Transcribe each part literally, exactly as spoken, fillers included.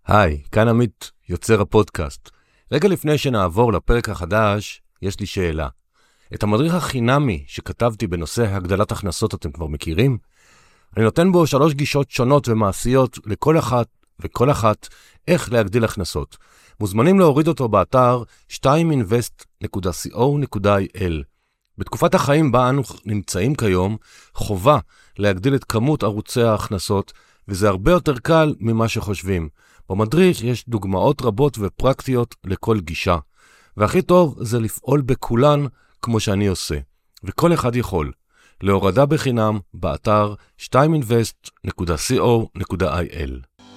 היי, כאן עמית, יוצר הפודקאסט. רגע לפני שנעבור לפרק החדש, יש לי שאלה. את המדריך החינמי שכתבתי בנושא הגדלת הכנסות אתם כבר מכירים? אני נותן בו שלוש גישות שונות ומעשיות לכל אחת וכל אחת איך להגדיל הכנסות. מוזמנים להוריד אותו באתר שתיים אינבסט נקודה סי או נקודה איי אל. בתקופת החיים בה אנו נמצאים כיום, חובה להגדיל את כמות ערוצי ההכנסות, וזה הרבה יותר קל ממה שחושבים. במדריך יש דוגמאות רבות ופרקטיות לכל גישה, והכי טוב זה לפעול בכולן כמו שאני עושה, וכל אחד יכול. להורדה בחינם באתר שתיים אינבסט נקודה סי או נקודה איי אל.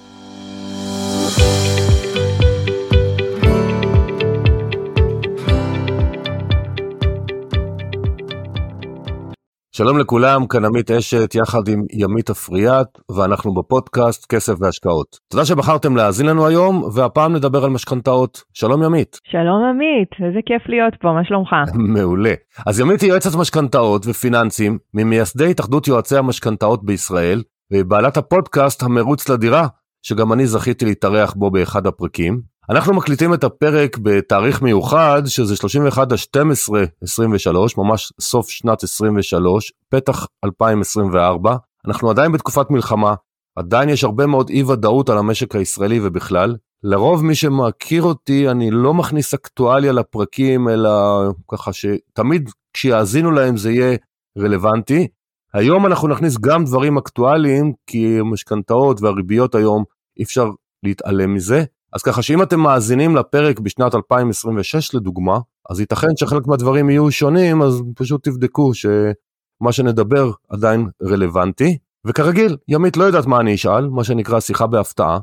שלום לכולם, כאן עמית אשת יחד עם ימית אפריאט, ואנחנו בפודקאסט כסף והשקעות. תודה שבחרתם להאזין לנו היום, והפעם נדבר על משכנתאות. שלום ימית. שלום עמית, איזה כיף להיות פה, מה שלומך? מעולה. אז ימית היא יועצת משכנתאות ופיננסים, ממייסדי התאחדות יועצי המשכנתאות בישראל, ובעלת הפודקאסט המרוץ לדירה, שגם אני זכיתי להתארח בו באחד הפרקים. אנחנו מקליטים את הפרק בתאריך מיוחד, שזה שלושים ואחד לשתים עשרה עשרים ושלוש, ממש סוף שנת עשרים ושלוש, פתח אלפיים עשרים וארבע. אנחנו עדיין בתקופת מלחמה, עדיין יש הרבה מאוד אי ודאות על המשק הישראלי ובכלל. לרוב מי שמכיר אותי, אני לא מכניס אקטואליה לפרקים, אלא ככה שתמיד כשיאזינו להם זה יהיה רלוונטי. היום אנחנו נכניס גם דברים אקטואליים, כי המשכנתאות והריביות היום אי אפשר להתעלם מזה. אז ככה שאם אתם מאזינים לפרק בשנת אלפיים עשרים ושש לדוגמה, אז ייתכן שחלק מהדברים יהיו שונים, אז פשוט תבדקו שמה שנדבר עדיין רלוונטי. וכרגיל, ימית לא יודעת מה אני אשאל, מה שנקרא שיחה בהפתעה,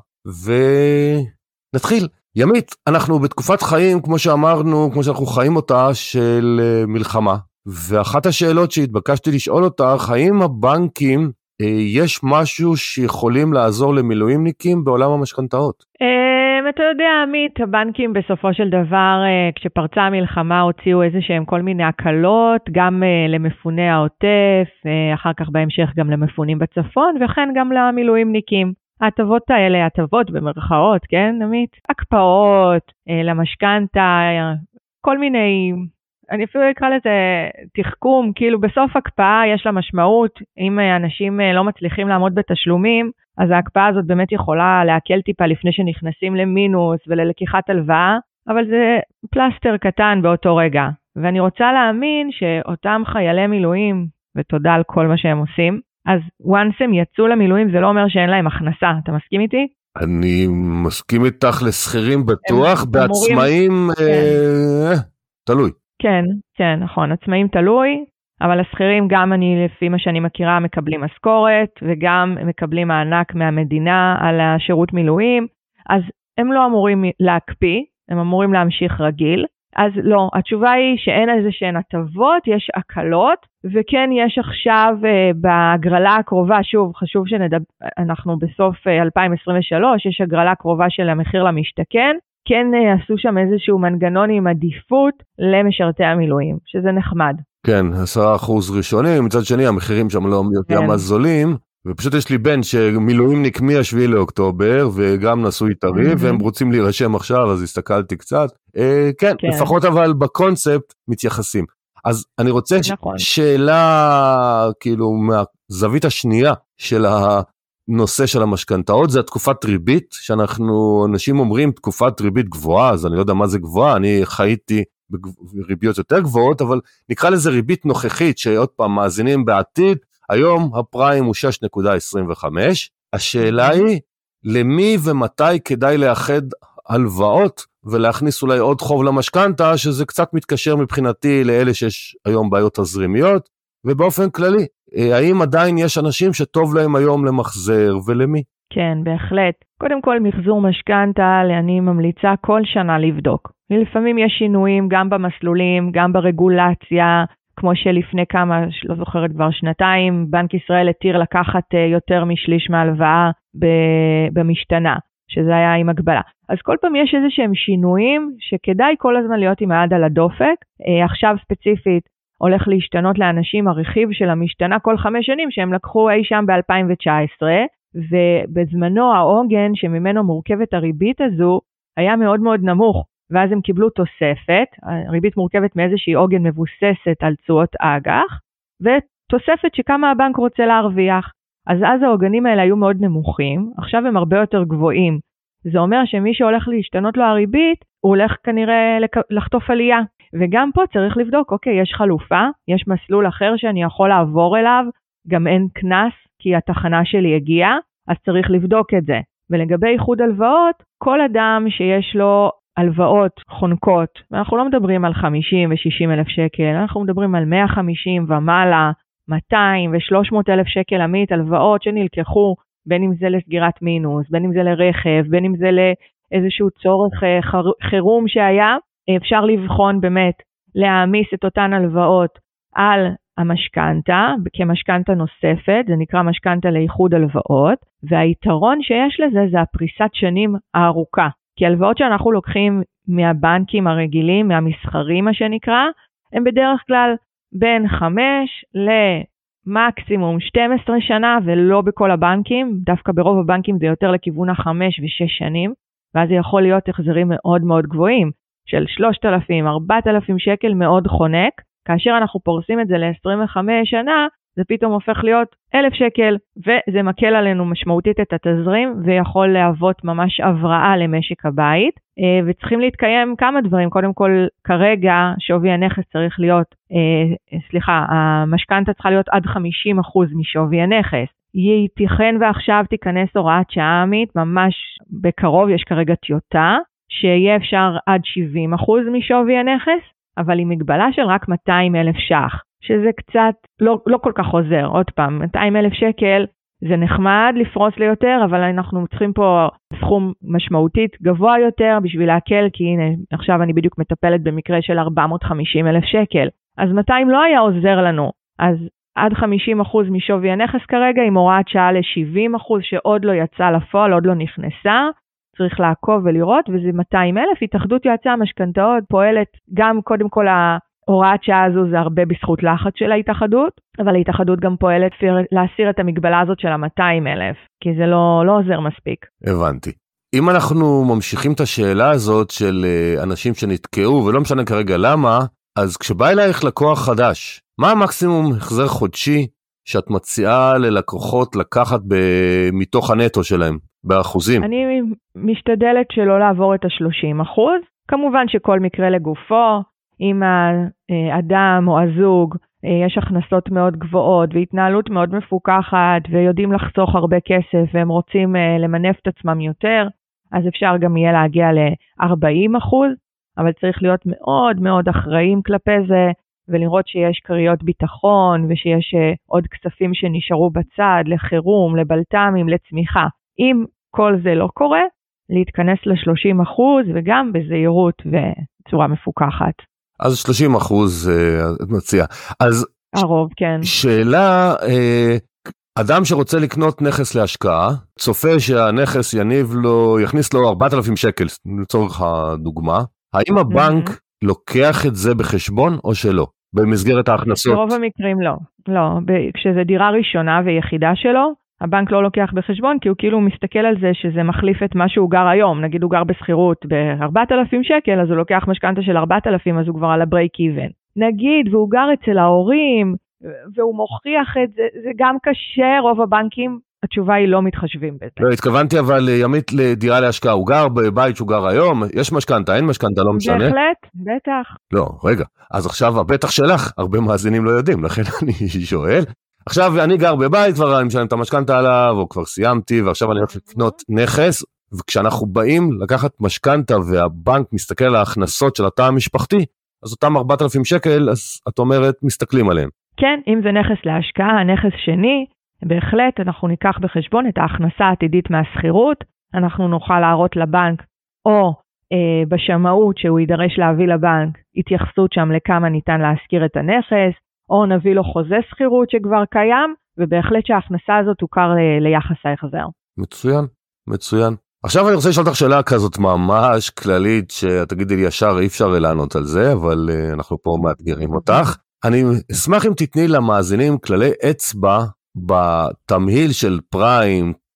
ונתחיל. ימית, אנחנו בתקופת חיים, כמו שאמרנו, כמו שאנחנו חיים אותה, של מלחמה, ואחת השאלות שהתבקשתי לשאול אותך, האם הבנקים, יש משהו שיכולים לעזור למילואימניקים בעולם המשכנתאות? אתה יודע, עמית, הבנקים בסופו של דבר, כשפרצה המלחמה, הוציאו איזה שהם כל מיני הקלות, גם למפוני העוטף, אחר כך בהמשך גם למפונים בצפון, וכן גם למילואימניקים. ההטבות האלה, הטבות במרכאות, כן, עמית? הקפאות, למשכנתה, כל מיני, אני אפילו אקרא לזה תחכום, כאילו בסוף הקפאה יש לה משמעות, אם אנשים לא מצליחים לעמוד בתשלומים, אז ההקפאה הזאת באמת יכולה להקל טיפה לפני שנכנסים למינוס וללקיחת הלוואה, אבל זה פלסטר קטן באותו רגע. ואני רוצה להאמין שאותם חיילי מילואים, ותודה על כל מה שהם עושים, אז once הם יצאו למילואים זה לא אומר שאין להם הכנסה, אתה מסכים איתי? אני מסכים איתך לסחירים בטוח, בעצמאים כן. אה, תלוי. כן, כן, נכון, עצמאים תלוי. אבל הסחירים גם אני לפי מה שאני מכירה מקבלים משכורת וגם מקבלים מענק מהמדינה על השירות מילואים, אז הם לא אמורים להקפיא, הם אמורים להמשיך רגיל, אז לא, התשובה היא שאין איזה שהן הטבות, יש הקלות, וכן יש עכשיו בהגרלה הקרובה, שוב חשוב שנדבר, אנחנו בסוף אלפיים עשרים ושלוש, יש הגרלה קרובה של המחיר למשתכן, כן עשו שם איזשהו מנגנון עם עדיפות למשרתי המילואים, שזה נחמד. כן, עשרה אחוז ראשונים, מצד שני המחירים שם לא יותר מה זולים, ופשוט יש לי בן שמילואימניק מהשביעי לאוקטובר, וגם נשוי טרי, והם רוצים להירשם עכשיו, אז הסתכלתי קצת. אה, כן, כן, לפחות אבל בקונספט מתייחסים. אז אני רוצה נכון. שאלה, כאילו, מהזווית השנייה של הנושא של המשכנתאות, זה התקופת ריבית, שאנחנו, אנשים אומרים תקופת ריבית גבוהה, אז אני לא יודע מה זה גבוהה, אני חייתי בריביות יותר גבוהות, אבל נקרא לזה ריבית נוכחית, שעוד פעם מאזינים בעתיד, היום הפריים הוא שש נקודה עשרים וחמש, השאלה היא, למי ומתי כדאי לאחד הלוואות, ולהכניס אולי עוד חוב למשכנתה, שזה קצת מתקשר מבחינתי לאלה שיש היום בעיות תזרימיות, ובאופן כללי, האם עדיין יש אנשים שטוב להם היום למחזר, ולמי? כן, בהחלט. קודם כל, מחזור משכנתה, אני ממליצה כל שנה לבדוק. לפעמים יש שינויים גם במסלולים, גם ברגולציה, כמו שלפני כמה, לא זוכרת כבר שנתיים, בנק ישראל התיר לקחת יותר משליש מהלוואה במשתנה, שזה היה עם הגבלה. אז כל פעם יש איזה שהם שינויים, שכדאי כל הזמן להיות עם היד על הדופק. עכשיו ספציפית, הולך להשתנות לאנשים הרכיב של המשתנה כל חמש שנים, שהם לקחו אי שם ב-אלפיים תשע עשרה, ובזמנו העוגן שממנו מורכבת הריבית הזו היה מאוד מאוד נמוך, ואז הם קיבלו תוספת, הריבית מורכבת מאיזושהי עוגן מבוססת על תשואות אג"ח, ותוספת שכמה הבנק רוצה להרוויח. אז אז העוגנים האלה היו מאוד נמוכים, עכשיו הם הרבה יותר גבוהים. זה אומר שמי שהולך להשתנות לו הריבית, הוא הולך כנראה לחטוף עלייה. וגם פה צריך לבדוק, אוקיי, יש חלופה, יש מסלול אחר שאני יכול לעבור אליו, גם אין כנס כי התחנה שלי הגיעה, אז צריך לבדוק את זה. ולגבי איחוד הלוואות, כל אדם שיש לו הלוואות חונקות, ואנחנו לא מדברים על חמישים ו-שישים אלף שקל, אנחנו מדברים על מאה וחמישים ומעלה, מאתיים ו-שלוש מאות אלף שקל עמית, הלוואות שנלקחו, בין אם זה לסגירת מינוס, בין אם זה לרכב, בין אם זה לאיזשהו צורך חירום שהיה, אפשר לבחון באמת להעמיס את אותן הלוואות על המשכנתה, כמשכנתה נוספת, זה נקרא משכנתה לאיחוד הלוואות, והיתרון שיש לזה זה הפריסת שנים הארוכה, כי הלוואות שאנחנו לוקחים מהבנקים הרגילים, מהמסחרים מה שנקרא, הם בדרך כלל בין חמש למקסימום שתים עשרה שנה, ולא בכל הבנקים, דווקא ברוב הבנקים זה יותר לכיוון החמש ושש שנים, ואז זה יכול להיות החזרים מאוד מאוד גבוהים, של שלושת אלפים, ארבעת אלפים שקל מאוד חונק, כאשר אנחנו פורסים את זה ל-עשרים וחמש שנה, זה פתאום הופך להיות אלף שקל, וזה מקל עלינו משמעותית את התזרים, ויכול להוות ממש הבראה למשק הבית, וצריכים להתקיים כמה דברים, קודם כל כרגע שווי הנכס צריך להיות, סליחה, המשכנתה צריכה להיות עד חמישים אחוז משווי הנכס, ייתכן ועכשיו תיכנס הוראת שעה עמית, ממש בקרוב יש כרגע טיוטה, שיהיה אפשר עד שבעים אחוז משווי הנכס, אבל עם מגבלה של רק מאתיים אלף ש"ח, שזה קצת לא, לא כל כך עוזר. עוד פעם, מאתיים אלף שקל זה נחמד לפרוס ליותר, אבל אנחנו צריכים פה סכום משמעותית גבוה יותר בשביל להקל, כי הנה, עכשיו אני בדיוק מטפלת במקרה של ארבע מאות וחמישים אלף שקל. אז מאתיים לא היה עוזר לנו. אז עד חמישים אחוז משווי הנכס כרגע, עם הוראת שעה ל-שבעים אחוז שעוד לא יצא לפועל, עוד לא נכנסה, צריך לעקוב ולראות, וזה מאתיים אלף. התאחדות יועצי המשכנתאות פועלת גם קודם כל ההוראת שעה הזו, זה הרבה בזכות לחץ של ההתאחדות, אבל ההתאחדות גם פועלת להסיר את המגבלה הזאת של ה-מאתיים אלף, כי זה לא, לא עוזר מספיק. הבנתי. אם אנחנו ממשיכים את השאלה הזאת של אנשים שנתקעו, ולא משנה כרגע למה, אז כשבא אלייך לקוח חדש, מה המקסימום החזר חודשי שאת מציעה ללקוחות לקחת ב- מתוך הנטו שלהם, באחוזים? אני משתדלת שלא לעבור את ה-שלושים אחוז, כמובן שכל מקרה לגופו, אם האדם או הזוג יש הכנסות מאוד גבוהות והתנהלות מאוד מפוקחת ויודעים לחסוך הרבה כסף והם רוצים למנף את עצמם יותר, אז אפשר גם יהיה להגיע ל-ארבעים אחוז, אבל צריך להיות מאוד מאוד אחראים כלפי זה, ולראות שיש קריות ביטחון ושיש עוד כספים שנשארו בצד לחירום, לבלת"מים, לצמיחה. אם כל זה לא קורה, להתכנס ל-שלושים אחוז וגם בזהירות וצורה מפוקחת. אז שלושים אחוז את מציעה. אז הרוב, כן. שאלה, אדם שרוצה לקנות נכס להשקעה, צופה שהנכס יניב לו, יכניס לו ארבעת אלפים שקל, לצורך הדוגמה, האם הבנק לוקח את זה בחשבון או שלא? במסגרת ההכנסות? ברוב המקרים לא. לא, כשזה דירה ראשונה ויחידה שלו, הבנק לא לוקח בחשבון, כי הוא כאילו מסתכל על זה שזה מחליף את מה שהוא גר היום. נגיד הוא גר בסחירות ב-ארבעת אלפים שקל, אז הוא לוקח משכנתה של ארבעת אלפים, אז הוא כבר על הבריק איבן. נגיד, והוא גר אצל ההורים, והוא מוכיח את זה, זה גם קשה, רוב הבנקים, התשובה היא לא מתחשבים בזה. לא, התכוונתי אבל ימית לדירה להשקעה, הוא גר בבית שהוא גר היום, יש משכנתה, אין משכנתה, לא משנה. בהחלט, בטח. לא, רגע, אז עכשיו הבטח שלך, הרבה מאזינים לא יודעים, לכן אני שואל. עכשיו אני גר בבית, כבר אני משלם את המשכנתה עליו, או כבר סיימתי, ועכשיו אני הולך לקנות נכס, וכשאנחנו באים לקחת משכנתה, והבנק מסתכל על ההכנסות של התא המשפחתי, אז אותם ארבעת אלפים שקל, אז את אומרת, מסתכלים עליהם. כן, אם זה נכס להשקעה, נכס שני, בהחלט אנחנו ניקח בחשבון את ההכנסה העתידית מהסחירות, אנחנו נוכל להראות לבנק, או אה, בשמאות שהוא יידרש להביא לבנק, התייחסות שם לכמה ניתן להשכיר את הנכס, או נביא לו חוזה סחירות שכבר קיים, ובהחלט שההכנסה הזאת תוכר ל- ליחס ההחזר. מצוין, מצוין. עכשיו אני רוצה לשאול אותך שאלה כזאת ממש כללית, שתגידי לי ישר אי אפשר לענות על זה, אבל uh, אנחנו פה מאתגרים אותך. אני אשמח אם תתני למאזינים כללי אצבע, בתמהיל של פריים,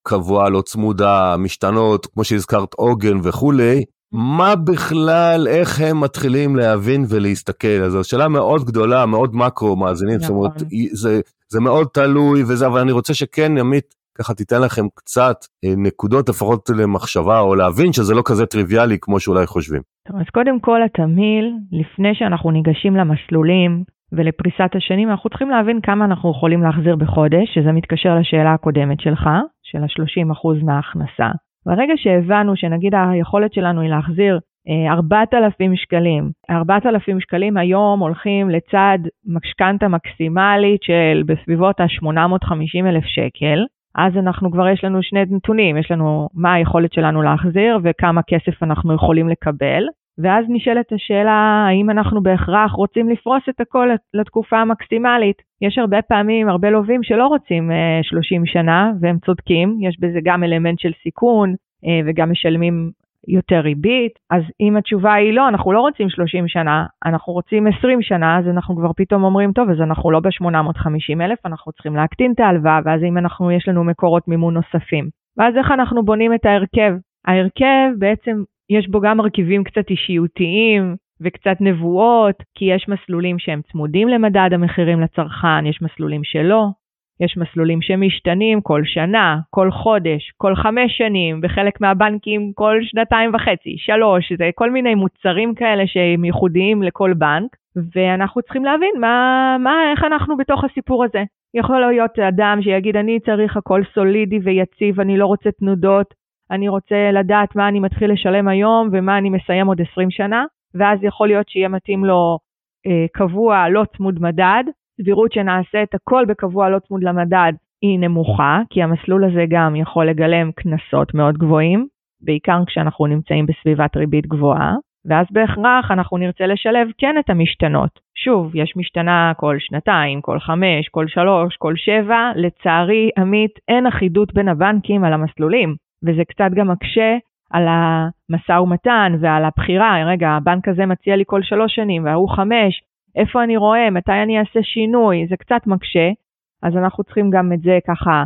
קבועה, לא צמודה, משתנות, כמו שהזכרת עוגן וכולי, מה בכלל, איך הם מתחילים להבין ולהסתכל? אז זו שאלה מאוד גדולה, מאוד מקרו מאזינים, זאת אומרת, זה, זה מאוד תלוי וזה, אבל אני רוצה שכן, ימית, ככה תיתן לכם קצת נקודות לפחות למחשבה, או להבין שזה לא כזה טריוויאלי כמו שאולי חושבים. טוב, אז קודם כל התמהיל, לפני שאנחנו ניגשים למסלולים ולפריסת השנים, אנחנו צריכים להבין כמה אנחנו יכולים להחזיר בחודש, שזה מתקשר לשאלה הקודמת שלך, של ה-שלושים אחוז מההכנסה. ברגע שהבנו שנגיד היכולת שלנו היא להחזיר ארבעת אלפים שקלים, ארבעת אלפים שקלים היום הולכים לצד משכנתה מקסימלית של בסביבות ה-שמונה מאות וחמישים אלף שקל, אז אנחנו כבר יש לנו שני נתונים, יש לנו מה היכולת שלנו להחזיר וכמה כסף אנחנו יכולים לקבל, ואז נשאלת השאלה האם אנחנו בהכרח רוצים לפרוס את הכל לתקופה המקסימלית. יש הרבה פעמים, הרבה לווים שלא רוצים אה, שלושים שנה, והם צודקים, יש בזה גם אלמנט של סיכון, אה, וגם משלמים יותר ריבית, אז אם התשובה היא לא, אנחנו לא רוצים שלושים שנה, אנחנו רוצים עשרים שנה, אז אנחנו כבר פתאום אומרים, טוב, אז אנחנו לא ב-שמונה מאות וחמישים אלף, אנחנו צריכים להקטין את ההלוואה, ואז אם אנחנו, יש לנו מקורות מימון נוספים. ואז איך אנחנו בונים את ההרכב? ההרכב בעצם יש בו גם מרכיבים קצת אישיותיים, וקצת נבואות, כי יש מסלולים שהם צמודים למדד המחירים לצרכן, יש מסלולים שלא, יש מסלולים שמשתנים כל שנה, כל חודש, כל חמש שנים, בחלק מהבנקים כל שנתיים וחצי, שלוש, זה כל מיני מוצרים כאלה שהם ייחודיים לכל בנק, ואנחנו צריכים להבין מה, מה, איך אנחנו בתוך הסיפור הזה. יכול להיות אדם שיגיד, אני צריך הכל סולידי ויציב, אני לא רוצה תנודות, אני רוצה לדעת מה אני מתחיל לשלם היום, ומה אני מסיים עוד עשרים שנה, ואז יכול להיות שיהיה מתאים לו אה, קבוע, לא צמוד מדד, סבירות שנעשה את הכל בקבוע לא צמוד למדד היא נמוכה, כי המסלול הזה גם יכול לגלם כנסות מאוד גבוהים, בעיקר כשאנחנו נמצאים בסביבת ריבית גבוהה, ואז בהכרח אנחנו נרצה לשלב כן את המשתנות. שוב, יש משתנה כל שנתיים, כל חמש, כל שלוש, כל שבע, לצערי עמית אין אחידות בין הבנקים על המסלולים, וזה קצת גם מקשה על המשא ומתן ועל הבחירה. רגע, הבנק הזה מציע לי כל שלוש שנים, והוא חמש, איפה אני רואה, מתי אני אעשה שינוי, זה קצת מקשה, אז אנחנו צריכים גם את זה ככה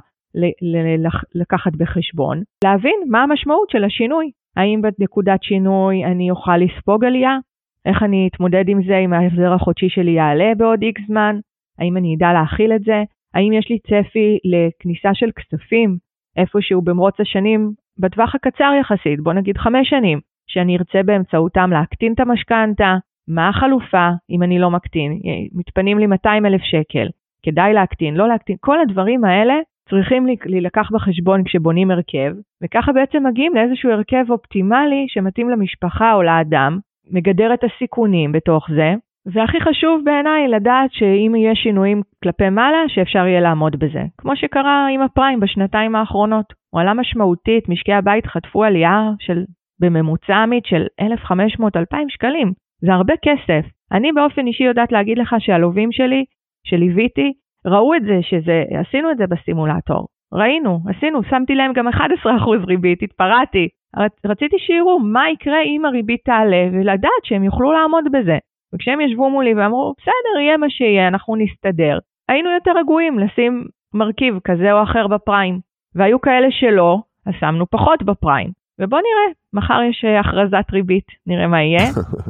לקחת בחשבון, להבין מה המשמעות של השינוי, האם בנקודת שינוי אני אוכל לספוג עלייה, איך אני אתמודד עם זה, אם ההחזר החודשי שלי יעלה בעוד איקס זמן, האם אני אדע להכיל את זה, האם יש לי צפי לכניסה של כספים, איפשהו במרוץ השנים, בטווח הקצר יחסית, בוא נגיד חמש שנים, שאני ארצה באמצעותם להקטין את המשכנתה, מה החלופה אם אני לא מקטין? מתפנים לי מאתיים אלף שקל, כדאי להקטין, לא להקטין. כל הדברים האלה צריכים להילקח בחשבון כשבונים הרכב, וככה בעצם מגיעים לאיזשהו הרכב אופטימלי שמתאים למשפחה או לאדם, מגדר את הסיכונים בתוך זה, והכי חשוב בעיניי לדעת שאם יהיה שינויים כלפי מעלה, שאפשר יהיה לעמוד בזה. כמו שקרה עם הפריים בשנתיים האחרונות. הוא עלה משמעותית, משקי הבית חטפו עלייה של, בממוצע עמית של אלף וחמש מאות עד אלפיים שקלים. זה הרבה כסף. אני באופן אישי יודעת להגיד לך שהלווים שלי, שליוויתי, ראו את זה, שזה, עשינו את זה בסימולטור. ראינו, עשינו, שמתי להם גם אחד עשר אחוז ריבית, התפרעתי. רציתי שיראו מה יקרה אם הריבית תעלה, ולדעת שהם יוכלו לעמוד בזה. וכשהם ישבו מולי ואמרו, בסדר, יהיה מה שיהיה, אנחנו נסתדר. היינו יותר רגועים לשים מרכיב כזה או אחר בפריים. והיו כאלה שלא, אז שמנו פחות בפריים. ובוא נראה, מחר יש הכרזת ריבית, נראה מה יהיה.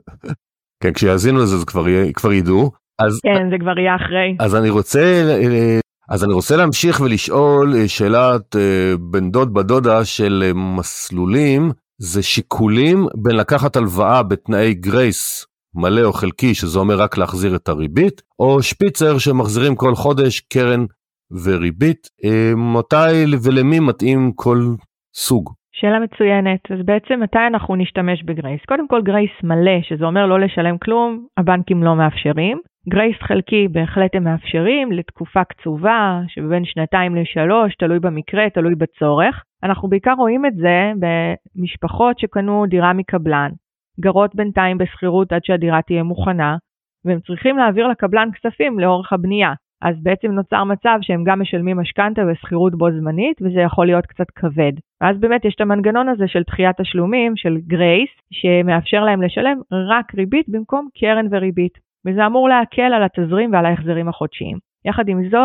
כן, כשיאזינו לזה, זה כבר, כבר ידעו. אז, כן, זה כבר יהיה אחרי. אז אני רוצה, אז אני רוצה להמשיך ולשאול שאלת בן דוד בדודה של מסלולים, זה שיקולים בין לקחת הלוואה בתנאי גרייס מלא או חלקי, שזה אומר רק להחזיר את הריבית, או שפיצר שמחזירים כל חודש קרן וריבית, מתי ולמי מתאים כל סוג? שאלה מצוינת. אז בעצם מתי אנחנו נשתמש בגרייס? קודם כל גרייס מלא, שזה אומר לא לשלם כלום, הבנקים לא מאפשרים. גרייס חלקי בהחלט הם מאפשרים לתקופה קצובה, שבין שנתיים לשלוש, תלוי במקרה, תלוי בצורך. אנחנו בעיקר רואים את זה במשפחות שקנו דירה מקבלן, גרות בינתיים בסחירות עד שהדירה תהיה מוכנה, והם צריכים להעביר לקבלן כספים לאורך הבנייה. אז בעצם נוצר מצב שהם גם משלמים משכנתה וסחירות בו זמנית, וזה יכול להיות קצת כבד. אז באמת יש את המנגנון הזה של דחיית תשלומים, של גרייס, שמאפשר להם לשלם רק ריבית במקום קרן וריבית. וזה אמור להקל על התזרים ועל ההחזרים החודשיים. יחד עם זאת,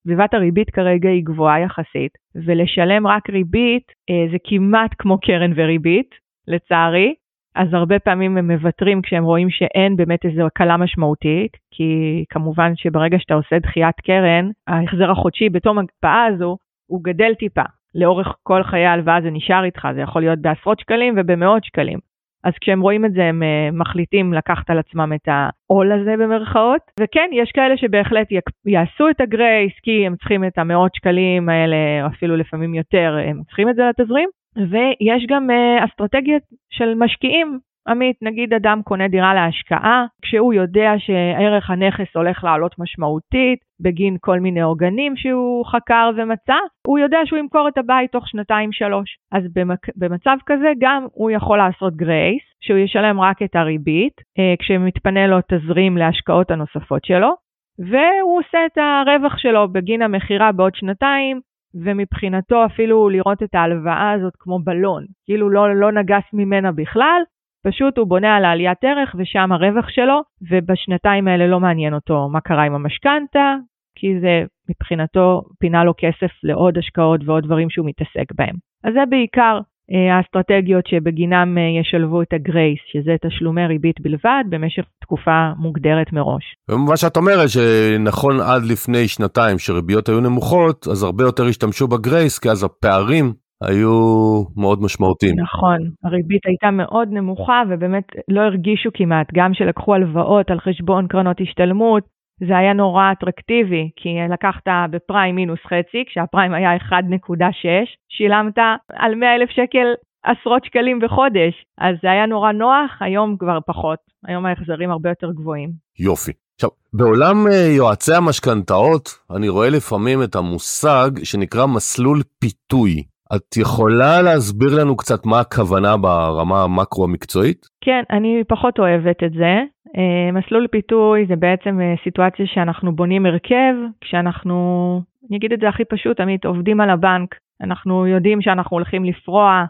סביבת הריבית כרגע היא גבוהה יחסית, ולשלם רק ריבית זה כמעט כמו קרן וריבית, לצערי, אז הרבה פעמים הם מבטרים כשהם רואים שאין באמת איזו הקלה משמעותית, כי כמובן שברגע שאתה עושה דחיית קרן, ההחזר החודשי בתום ההקפאה הזו, הוא גדל טיפה. לאורך כל חיי ההלוואה זה נשאר איתך, זה יכול להיות בעשרות שקלים ובמאות שקלים. אז כשהם רואים את זה, הם מחליטים לקחת על עצמם את העול הזה במרכאות. וכן, יש כאלה שבהחלט יעשו את הגרייס, כי הם צריכים את המאות שקלים האלה, או אפילו לפעמים יותר, הם צריכים את זה לתזרים. ויש גם אסטרטגיות של משקיעים. עמית, נגיד אדם קונה דירה להשקעה, כשהוא יודע שערך הנכס הולך לעלות משמעותית, בגין כל מיני אורגנים שהוא חקר ומצא, הוא יודע שהוא ימכור את הבית תוך שנתיים שלוש. אז במצב כזה גם הוא יכול לעשות גרייס, שהוא ישלם רק את הריבית, כשמתפנה לו תזרים להשקעות הנוספות שלו, והוא עושה את הרווח שלו בגין המחירה בעוד שנתיים, ומבחינתו אפילו לראות את ההלוואה הזאת כמו בלון, כאילו לא, לא נגס ממנה בכלל, פשוט הוא בונה על העליית ערך ושם הרווח שלו, ובשנתיים האלה לא מעניין אותו מה קרה עם המשכנתה, כי זה מבחינתו פינה לו כסף לעוד השקעות ועוד דברים שהוא מתעסק בהם. אז זה בעיקר אה, האסטרטגיות שבגינם אה, ישלבו את הגרייס, שזה תשלומי ריבית בלבד, במשך תקופה מוגדרת מראש. ומה שאת אומרת שנכון עד לפני שנתיים שריביות היו נמוכות, אז הרבה יותר השתמשו בגרייס, כי אז הפערים היו מאוד משמעותיים. נכון, הריבית הייתה מאוד נמוכה, ובאמת לא הרגישו כמעט, גם שלקחו הלוואות על חשבון קרנות השתלמות, זה היה נורא אטרקטיבי, כי לקחת בפריים מינוס חצי, כשהפריים היה אחת נקודה שש, שילמת על מאה אלף שקל עשרות שקלים בחודש, אז זה היה נורא נוח, היום כבר פחות, היום ההחזרים הרבה יותר גבוהים. יופי. עכשיו, בעולם יועצי המשכנתאות, אני רואה לפעמים את המושג שנקרא מסלול פיתוי. את יכולה להסביר לנו קצת מה הכוונה ברמה המקרו המקצועית? כן, אני פחות אוהבת את זה. מסלול פיתוי זה בעצם סיטואציה שאנחנו בונים הרכב, כשאנחנו, אני אגיד את זה הכי פשוט, עמית, עובדים על הבנק, אנחנו יודעים שאנחנו הולכים לפרוע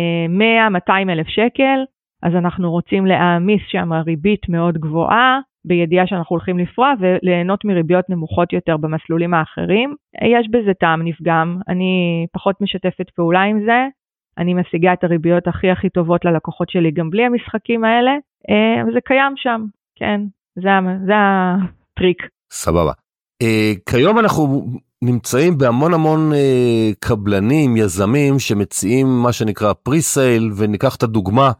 מאה עד מאתיים אלף שקל, אז אנחנו רוצים להעמיס שם ריבית מאוד גבוהה, בידיעה שאנחנו הולכים לפרוע וליהנות מריביות נמוכות יותר במסלולים האחרים. יש בזה טעם נפגם, אני פחות משתפת פעולה עם זה, אני משיגה את הריביות הכי הכי טובות ללקוחות שלי גם בלי המשחקים האלה, זה קיים שם, כן, זה, זה הטריק. סבבה. כיום אנחנו נמצאים בהמון המון קבלנים, יזמים שמציעים מה שנקרא פרי-סייל, וניקח את הדוגמה,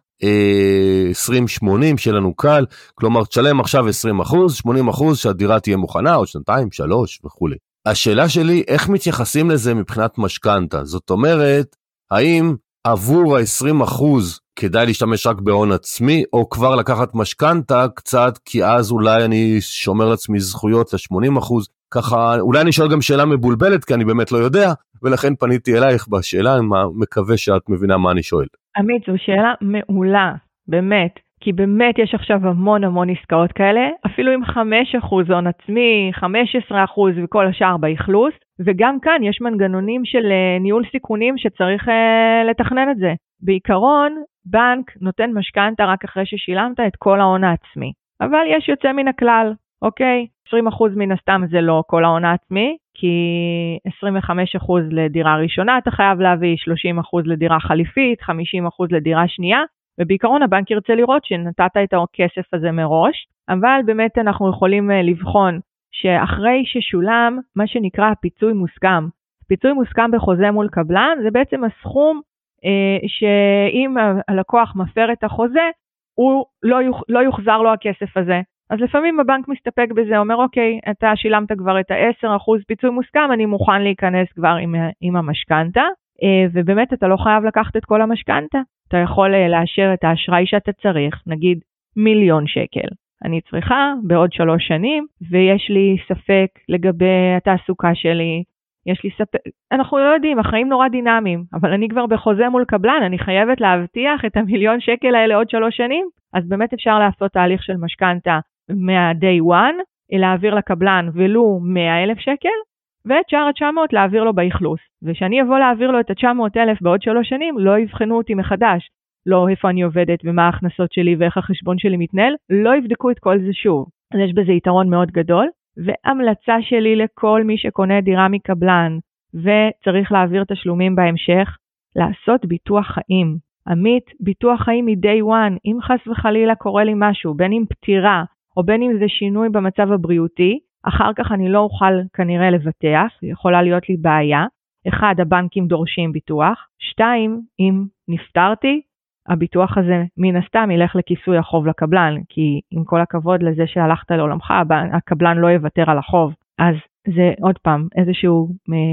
עשרים שמונים שלנו קל, כלומר תשלם עכשיו עשרים אחוז, שמונים אחוז שהדירה תהיה מוכנה עוד שנתיים, שלוש וכו'. השאלה שלי, איך מתייחסים לזה מבחינת משכנתה? זאת אומרת, האם עבור ה-עשרים אחוז כדאי להשתמש רק בהון עצמי, או כבר לקחת משכנתה קצת, כי אז אולי אני שומר לעצמי זכויות ל-שמונים אחוז, ככה, אולי אני שואל גם שאלה מבולבלת, כי אני באמת לא יודע, ולכן פניתי אלייך בשאלה, אני מקווה שאת מבינה מה אני שואל. עמית, זו שאלה מעולה, באמת, כי באמת יש עכשיו המון המון עסקאות כאלה, אפילו עם חמישה אחוז הון עצמי, חמישה עשר אחוז וכל השאר באכלוס, וגם כאן יש מנגנונים של ניהול סיכונים שצריך uh, לתכנן את זה. בעיקרון, בנק נותן משכנתה רק אחרי ששילמת את כל ההון העצמי, אבל יש יוצא מן הכלל, אוקיי? עשרים אחוז מן הסתם זה לא כל ההון העצמי, כי עשרים וחמישה אחוז לדירה ראשונה אתה חייב להביא, שלושים אחוז לדירה חליפית, חמישים אחוז לדירה שנייה, ובעיקרון הבנק ירצה לראות שנתת את הכסף הזה מראש, אבל באמת אנחנו יכולים לבחון שאחרי ששולם מה שנקרא פיצוי מוסכם. פיצוי מוסכם בחוזה מול קבלן זה בעצם הסכום אה, שאם הלקוח מפר את החוזה, הוא לא, יוח, לא יוחזר לו הכסף הזה. אז לפעמים הבנק מסתפק בזה, אומר אוקיי, אתה שילמת כבר את ה-עשרה אחוז פיצוי מוסכם, אני מוכן להיכנס כבר עם, עם המשכנתה, ובאמת אתה לא חייב לקחת את כל המשכנתה, אתה יכול לאשר את האשראי שאתה צריך, נגיד מיליון שקל. אני צריכה בעוד שלוש שנים, ויש לי ספק לגבי התעסוקה שלי, יש לי ספק, אנחנו לא יודעים, החיים נורא דינמיים, אבל אני כבר בחוזה מול קבלן, אני חייבת להבטיח את המיליון שקל האלה עוד שלוש שנים, אז באמת אפשר לעשות תהליך של משכנתה מה-day one, להעביר לקבלן ולו מאה אלף שקל, ואת שאר ה-תשע מאות להעביר לו באכלוס. ושאני אבוא להעביר לו את ה-תשע מאות אלף בעוד שלוש שנים, לא יבחנו אותי מחדש. לא איפה אני עובדת ומה ההכנסות שלי ואיך החשבון שלי מתנהל, לא יבדקו את כל זה שוב. אז יש בזה יתרון מאוד גדול. והמלצה שלי לכל מי שקונה דירה מקבלן, וצריך להעביר תשלומים בהמשך, לעשות ביטוח חיים. עמית, ביטוח חיים מ-day one, אם חס וחלילה קורה לי משהו, בין אם פטירה, או בין אם זה שינוי במצב הבריאותי, אחר כך אני לא אוכל כנראה לבטח, יכולה להיות לי בעיה. אחד, הבנקים דורשים ביטוח. שתיים, אם נפטרתי, הביטוח הזה מן הסתם ילך לכיסוי החוב לקבלן, כי עם כל הכבוד לזה שהלכת לעולמך, הקבלן לא יוותר על החוב. אז זה עוד פעם איזשהו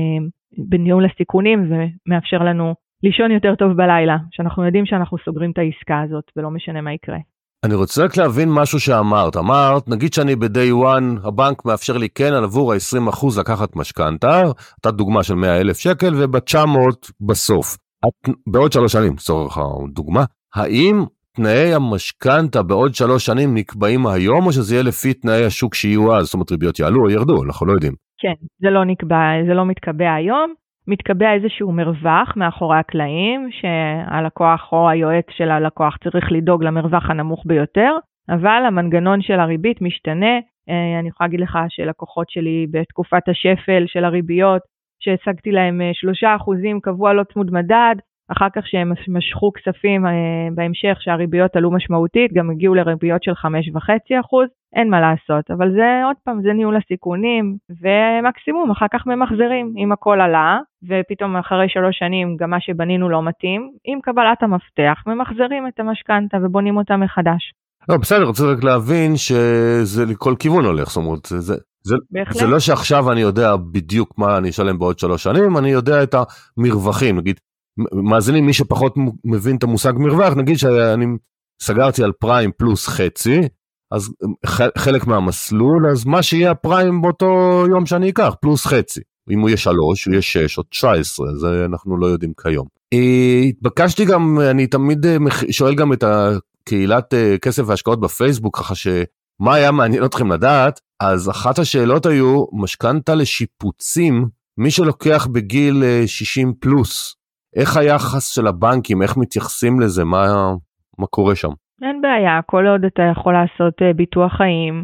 בניהול הסיכונים, ומאפשר לנו לישון יותר טוב בלילה, שאנחנו יודעים שאנחנו סוגרים את העסקה הזאת, ולא משנה מה יקרה. אני רוצה רק להבין משהו שאמרת. אמרת, נגיד שאני ב-day one, הבנק מאפשר לי כן על עבור ה-עשרים אחוז לקחת משכנתה, אתה דוגמה של מאה אלף שקל, וב-תשע מאות בסוף. את, בעוד שלוש שנים, לצורך הדוגמה, האם תנאי המשכנתה בעוד שלוש שנים נקבעים היום, או שזה יהיה לפי תנאי השוק שיהיו אז, זאת אומרת ריביות יעלו או ירדו, אנחנו לא יודעים. כן, זה לא נקבע, זה לא מתקבע היום, מתקבע איזשהו מרווח מאחורי הקלעים, שהלקוח או היועץ של הלקוח צריך לדאוג למרווח הנמוך ביותר, אבל המנגנון של הריבית משתנה. אני יכולה להגיד לך שלקוחות שלי בתקופת השפל של הריביות, שהשגתי להם שלושה אחוזים קבוע לא צמוד מדד, אחר כך שהם משכו כספים בהמשך שהריביות עלו משמעותית, גם הגיעו לריביות של חמש וחצי אחוז, אין מה לעשות, אבל זה עוד פעם, זה ניהול הסיכונים, ומקסימום אחר כך ממחזרים, אם הכל עלה, ופתאום אחרי שלוש שנים גם מה שבנינו לא מתאים, עם קבלת המפתח, ממחזרים את המשכנתה ובונים אותה מחדש. לא, בסדר, רוצה רק להבין שזה לכל כיוון הולך, זאת אומרת, זה, זה, זה, זה לא שעכשיו אני יודע בדיוק מה אני אשלם בעוד שלוש שנים, אני יודע את המרווחים, נגיד, מאזינים מי שפחות מבין את המושג מרווח, נגיד שאני סגרתי על פריים פלוס חצי, אז חלק מהמסלול, אז מה שיהיה הפריים באותו יום שאני אקח, פלוס חצי. אם הוא יהיה שלוש, הוא יהיה שש או תשע עשרה, זה אנחנו לא יודעים כיום. התבקשתי גם, אני תמיד שואל גם את הקהילת כסף והשקעות בפייסבוק, ככה שמה היה מעניין אתכם לדעת, אז אחת השאלות היו, משכנתה לשיפוצים, מי שלוקח בגיל שישים פלוס, איך היחס של הבנקים, איך מתייחסים לזה, מה, מה קורה שם? אין בעיה, כל עוד אתה יכול לעשות ביטוח חיים,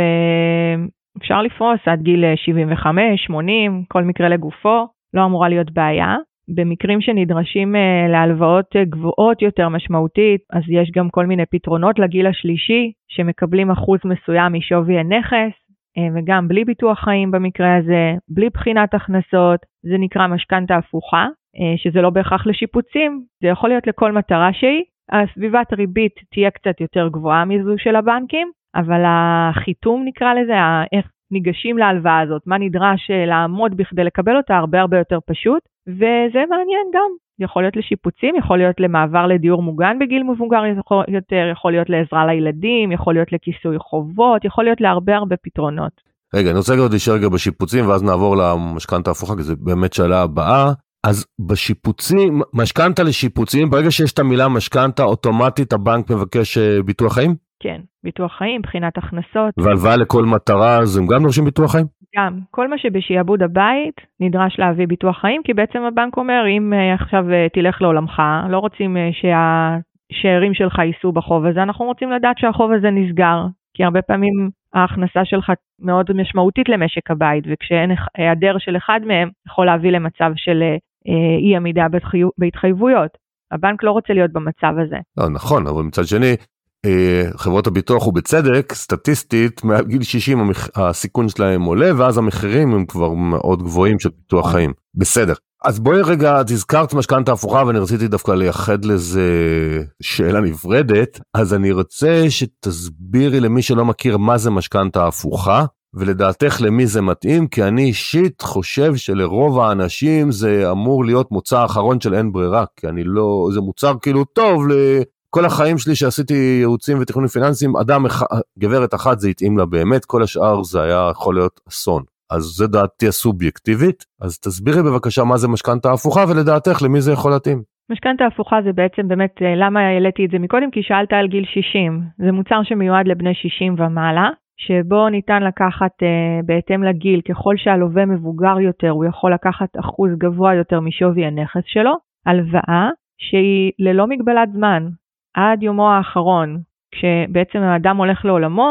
ואפשר לפרוס עד גיל שבעים וחמש, שמונים, כל מקרה לגופו, לא אמורה להיות בעיה. במקרים שנדרשים להלוואות גבוהות יותר משמעותית, אז יש גם כל מיני פתרונות לגיל השלישי, שמקבלים אחוז מסוים משווי הנכס, וגם בלי ביטוח חיים במקרה הזה, בלי בחינת הכנסות, זה נקרא משכנתה הפוכה, שזה לא בהכרח לשיפוצים, זה יכול להיות לכל מטרה שהיא, הסביבת ריבית תהיה קצת יותר גבוהה מזו של הבנקים, אבל החיתום נקרא לזה, איך ניגשים להלוואה הזאת, מה נדרש לעמוד בכדי לקבל אותה הרבה הרבה יותר פשוט, וזה מעניין גם, יכול להיות לשיפוצים, יכול להיות למעבר לדיור מוגן בגיל מבוגר יותר, יכול להיות לעזרה לילדים, יכול להיות לכיסוי חובות, יכול להיות להרבה הרבה פתרונות. רגע, אני רוצה עוד להישאר רגע בשיפוצים, ואז נעבור למשכנתה הפוכה, כי זה באמת שאלה הבאה. אז בשיפוצים, משכנתה לשיפוצים, ברגע שיש את המילה משכנתה, אוטומטית הבנק מבקש ביטוח חיים? כן, ביטוח חיים, בחינת הכנסות. והלוואה לכל מטרה, אז הם גם דורשים ביטוח חיים? גם, כל מה שבשיעבוד הבית נדרש להביא ביטוח חיים, כי בעצם הבנק אומר, אם עכשיו תלך לעולמך, לא רוצים שהשארים שלך ייסעו בחוב הזה, אנחנו רוצים לדעת שהחוב הזה נסגר, כי הרבה פעמים ההכנסה שלך מאוד משמעותית למשק הבית, וכשאין היעדר של אחד מהם, יכול להביא למצב של אי עמידה בהתחייבויות. הבנק לא רוצה להיות במצב הזה. לא, נכון, אבל מצד שני, חברות הביטוח הוא בצדק, סטטיסטית, מעל גיל שישים הסיכון שלהם עולה, ואז המחירים הם כבר מאוד גבוהים של ביטוח חיים. בסדר. אז בואי רגע, תזכרת משכנתה הפוכה, ואני רציתי דווקא לייחד לזה שאלה נפרדת, אז אני רוצה שתסבירי למי שלא מכיר מה זה משכנתה הפוכה, ולדעתך למי זה מתאים, כי אני אישית חושב שלרוב האנשים זה אמור להיות מוצר אחרון של אין ברירה, כי אני לא, זה מוצר כאילו טוב, לכל החיים שלי שעשיתי ייעוצים ותכנונים פיננסיים, אדם, גברת אחת זה התאים לה באמת, כל השאר זה היה יכול להיות אסון. אז זה דעתי הסובייקטיבית, אז תסבירי בבקשה מה זה משכנתה הפוכה, ולדעתך למי זה יכול להתאים. משכנתה הפוכה זה בעצם באמת, למה העליתי את זה מקודם? כי שאלת על גיל שישים, זה מוצר שמיועד לבני שישים ומעלה, שבו ניתן לקחת uh, בהתאם לגיל, ככל שהלווה מבוגר יותר, הוא יכול לקחת אחוז גבוה יותר משווי הנכס שלו, הלוואה שהיא ללא מגבלת זמן, עד יומו האחרון, כשבעצם האדם הולך לעולמו,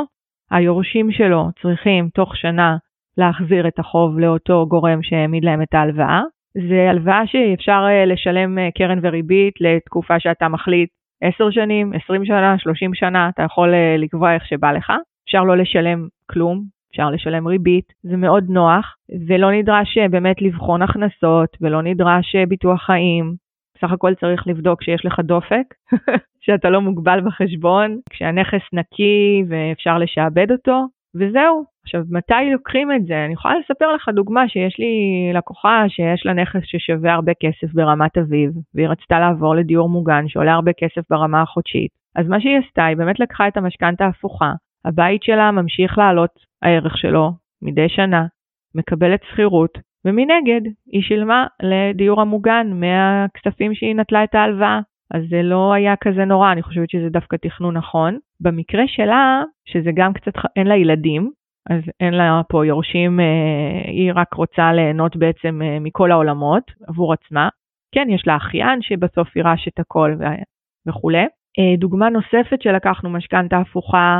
היורשים שלו צריכים תוך שנה להחזיר את החוב לאותו גורם שהעמיד להם את ההלוואה. זה הלוואה שאפשר לשלם קרן וריבית לתקופה שאתה מחליט עשר שנים, עשרים שנה, שלושים שנה, אתה יכול לקבוע איך שבא לך. אפשר לא לשלם כלום, אפשר לשלם ריבית, זה מאוד נוח, ולא נדרש באמת לבחון הכנסות, ולא נדרש ביטוח חיים. סך הכל צריך לבדוק שיש לך דופק, שאתה לא מוגבל בחשבון, כשהנכס נקי ואפשר לשעבד אותו, וזהו. עכשיו, מתי לוקחים את זה? אני יכולה לספר לך דוגמה שיש לי לקוחה שיש לה נכס ששווה הרבה כסף ברמת אביב, והיא רצתה לעבור לדיור מוגן שעולה הרבה כסף ברמה החודשית. אז מה שהיא עשתה, היא באמת לקחה את המשכנתא ההפוכה. הבית שלה ממשיך לעלות הערך שלו מדי שנה, מקבלת שכירות, ומנגד היא שילמה לדיור המוגן מהכספים שהיא נטלה את ההלוואה. אז זה לא היה כזה נורא, אני חושבת שזה דווקא תכנון נכון. במקרה שלה, שזה גם קצת, אין לה ילדים, אז אין לה פה יורשים, היא רק רוצה ליהנות בעצם מכל העולמות עבור עצמה. כן, יש לה אחיין שבסוף ירש את הכל וכו'. דוגמה נוספת שלקחנו משכנתא הפוכה,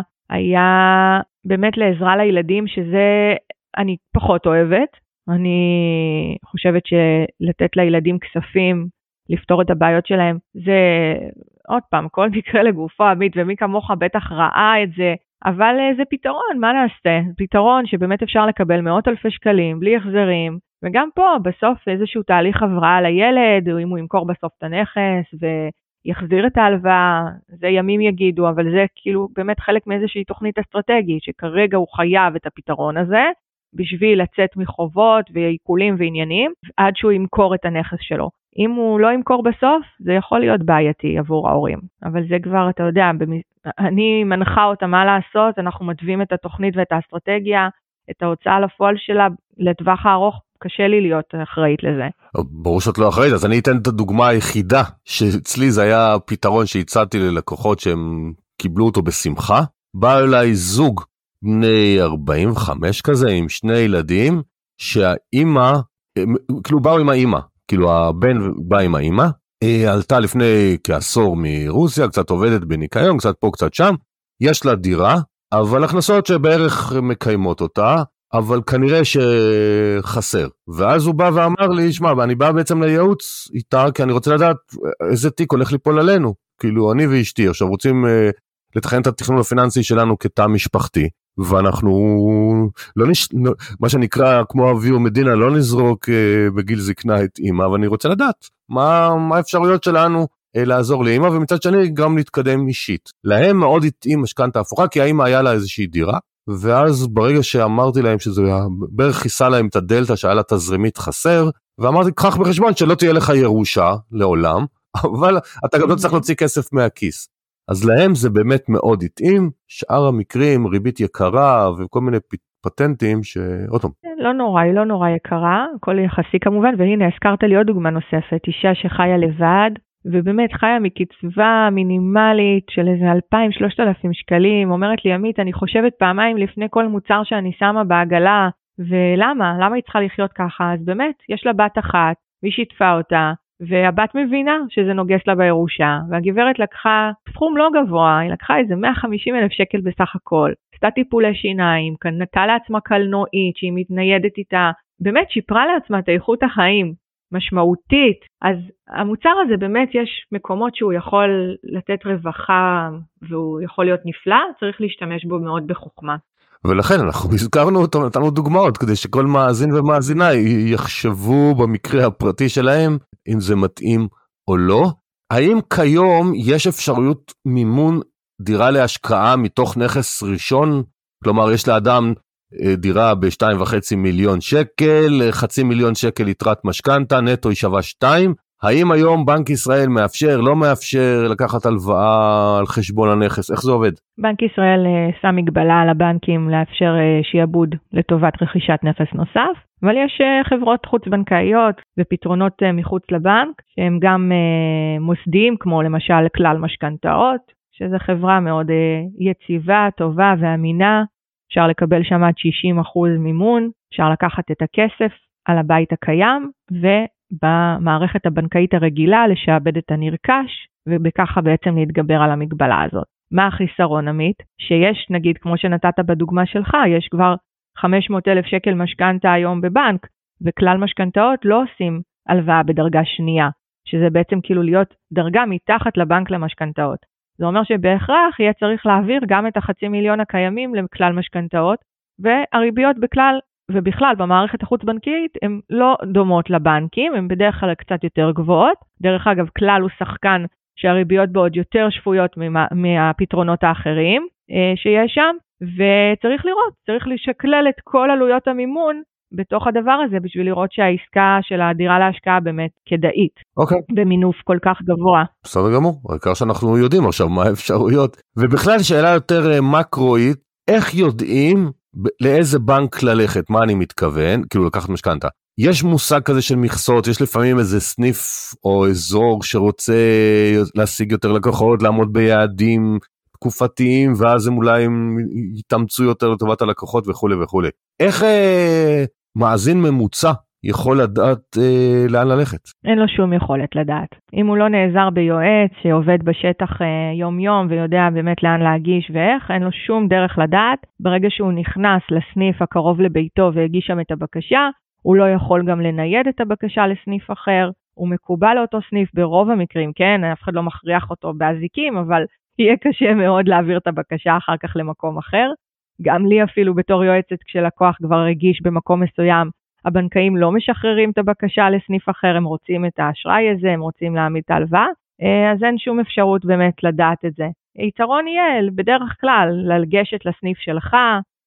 היה באמת לעזרה לילדים, שזה אני פחות אוהבת. אני חושבת שלתת לילדים כספים, לפתור את הבעיות שלהם, זה עוד פעם, כל מקרה לגופו, עמית, ומי כמוך בטח ראה את זה, אבל זה פתרון, מה נעשה? פתרון שבאמת אפשר לקבל מאות אלפי שקלים, בלי החזרים, וגם פה בסוף איזשהו תהליך הבראה לילד, או אם הוא ימכור בסוף את הנכס, ויחזיר את ההלוואה, זה ימים יגידו, אבל זה כאילו באמת חלק מאיזושהי תוכנית אסטרטגית, שכרגע הוא חייב את הפתרון הזה, בשביל לצאת מחובות ועיקולים ועניינים, עד שהוא ימכור את הנכס שלו. אם הוא לא ימכור בסוף, זה יכול להיות בעייתי עבור ההורים. אבל זה כבר, אתה יודע, אני מנחה אותה מה לעשות, אנחנו מטווים את התוכנית ואת האסטרטגיה, את ההוצאה לפועל שלה לטווח הארוך, קשה לי להיות אחראית לזה. ברור שאת לא אחראית, אז אני אתן את הדוגמה היחידה, שאצלי זה היה פתרון שהצעתי ללקוחות שהם קיבלו אותו בשמחה. בא אליי זוג בני ארבעים וחמש כזה, עם שני ילדים, שהאימא, כאילו באו עם האימא, כאילו הבן בא עם האימא, היא עלתה לפני כעשור מרוסיה, קצת עובדת בניקיון, קצת פה קצת שם, יש לה דירה, אבל הכנסות שבערך מקיימות אותה, אבל כנראה שחסר. ואז הוא בא ואמר לי, שמע, אני בא בעצם לייעוץ איתה, כי אני רוצה לדעת איזה תיק הולך ליפול עלינו, כאילו אני ואשתי, עכשיו רוצים לתכנן את התכנון הפיננסי שלנו כתא משפחתי, ואנחנו לא נש... מה שנקרא כמו אבי ומדינה, לא נזרוק אה, בגיל זקנה את אמא, אבל אני רוצה לדעת מה, מה האפשרויות שלנו אה, לעזור לאמא, ומצד שני גם להתקדם אישית. להם מאוד התאים משכנתא הפוכה, כי האמא היה לה איזושהי דירה, ואז ברגע שאמרתי להם שזה בערך חיסה להם את הדלטה שהיה לה תזרימית חסר, ואמרתי, קח בחשבון שלא תהיה לך ירושה לעולם, אבל אתה גם לא צריך להוציא כסף מהכיס. אז להם זה באמת מאוד התאים, שאר המקרים, ריבית יקרה וכל מיני פטנטים שאוטום. לא נורא, היא לא נורא יקרה, הכל יחסי כמובן, והנה הזכרת לי עוד דוגמה נוספת, אישה שחיה לבד, ובאמת חיה מקצבה מינימלית של איזה אלפיים שלושת אלפים שקלים, אומרת לי עמית, אני חושבת פעמיים לפני כל מוצר שאני שמה בעגלה, ולמה? למה היא צריכה לחיות ככה? אז באמת, יש לה בת אחת, והיא שיתפה אותה, והבת מבינה שזה נוגס לה בירושה, והגברת לקחה סכום לא גבוה, היא לקחה איזה מאה וחמישים אלף שקל בסך הכל, עשתה טיפולי שיניים, נתנה לעצמה קלנועית שהיא מתניידת איתה, באמת שיפרה לעצמה את איכות החיים, משמעותית. אז המוצר הזה באמת יש מקומות שהוא יכול לתת רווחה, והוא יכול להיות נפלא, צריך להשתמש בו מאוד בחוכמה. ולכן אנחנו הזכרנו אותו, נתנו דוגמאות, כדי שכל מאזין ומאזינה יחשבו במקרה הפרטי שלהם, אם זה מתאים או לא. האם כיום יש אפשרויות מימון דירה להשקעה מתוך נכס ראשון? כלומר, יש לאדם דירה ב-שתיים וחצי מיליון שקל, חצי מיליון שקל יתרת משכנתא, נטו היא שווה שתיים. האם היום בנק ישראל מאפשר, לא מאפשר לקחת הלוואה על חשבון הנכס? איך זה עובד? בנק ישראל שם מגבלה על הבנקים לאפשר שיעבוד לטובת רכישת נכס נוסף, אבל יש חברות חוץ בנקאיות ופתרונות מחוץ לבנק, שהם גם מוסדיים, כמו למשל כלל משכנתאות, שזו חברה מאוד יציבה, טובה ואמינה, אפשר לקבל שם עד שישים אחוז מימון, אפשר לקחת את הכסף על הבית הקיים, ובמערכת הבנקאית הרגילה לשעבד את הנרכש, ובככה בעצם להתגבר על המגבלה הזאת. מה החיסרון, עמית? שיש, נגיד, כמו שנתת בדוגמה שלך, יש כבר חמש מאות אלף שקל משכנתה היום בבנק, וכלל משכנתאות לא עושים הלוואה בדרגה שנייה, שזה בעצם כאילו להיות דרגה מתחת לבנק למשכנתאות. זה אומר שבהכרח יהיה צריך להעביר גם את החצי מיליון הקיימים לכלל משכנתאות, והריביות בכלל ובכלל במערכת החוץ-בנקאית הן לא דומות לבנקים, הן בדרך כלל קצת יותר גבוהות. דרך אגב, כלל הוא שחקן שהריביות בו עוד יותר שפויות מה, מהפתרונות האחרים שיש שם, וצריך לראות, צריך לשקלל את כל עלויות המימון בתוך הדבר הזה, בשביל לראות שהעסקה של הדירה להשקעה באמת כדאית. אוקיי. במינוף כל כך גבוה. בסדר גמור, העיקר שאנחנו יודעים עכשיו מה האפשרויות. ובכלל שאלה יותר מקרואית, איך יודעים לאיזה בנק ללכת? מה אני מתכוון? כאילו לקחת משכנתה. יש מושג כזה של מכסות, יש לפעמים איזה סניף או אזור שרוצה להשיג יותר לקוחות, לעמוד ביעדים תקופתיים, ואז הם אולי יתאמצו יותר לטובת הלקוחות וכו' וכו'. איך אה, מאזין ממוצע יכול לדעת אה, לאן ללכת? אין לו שום יכולת לדעת. אם הוא לא נעזר ביועץ שעובד בשטח אה, יום יום ויודע באמת לאן להגיש ואיך, אין לו שום דרך לדעת. ברגע שהוא נכנס לסניף הקרוב לביתו והגיש שם את הבקשה, הוא לא יכול גם לנייד את הבקשה לסניף אחר. הוא מקובל לאותו סניף ברוב המקרים, כן? אף אחד לא מכריח אותו באזיקים, אבל יהיה קשה מאוד להעביר את הבקשה אחר כך למקום אחר. גם לי אפילו בתור יועצת כשלקוח כבר רגיש במקום מסוים, הבנקאים לא משחררים את הבקשה לסניף אחר, הם רוצים את האשראי הזה, הם רוצים להעמיד את ההלוואה, אז אין שום אפשרות באמת לדעת את זה. יתרון יהיה בדרך כלל לגשת לסניף שלך,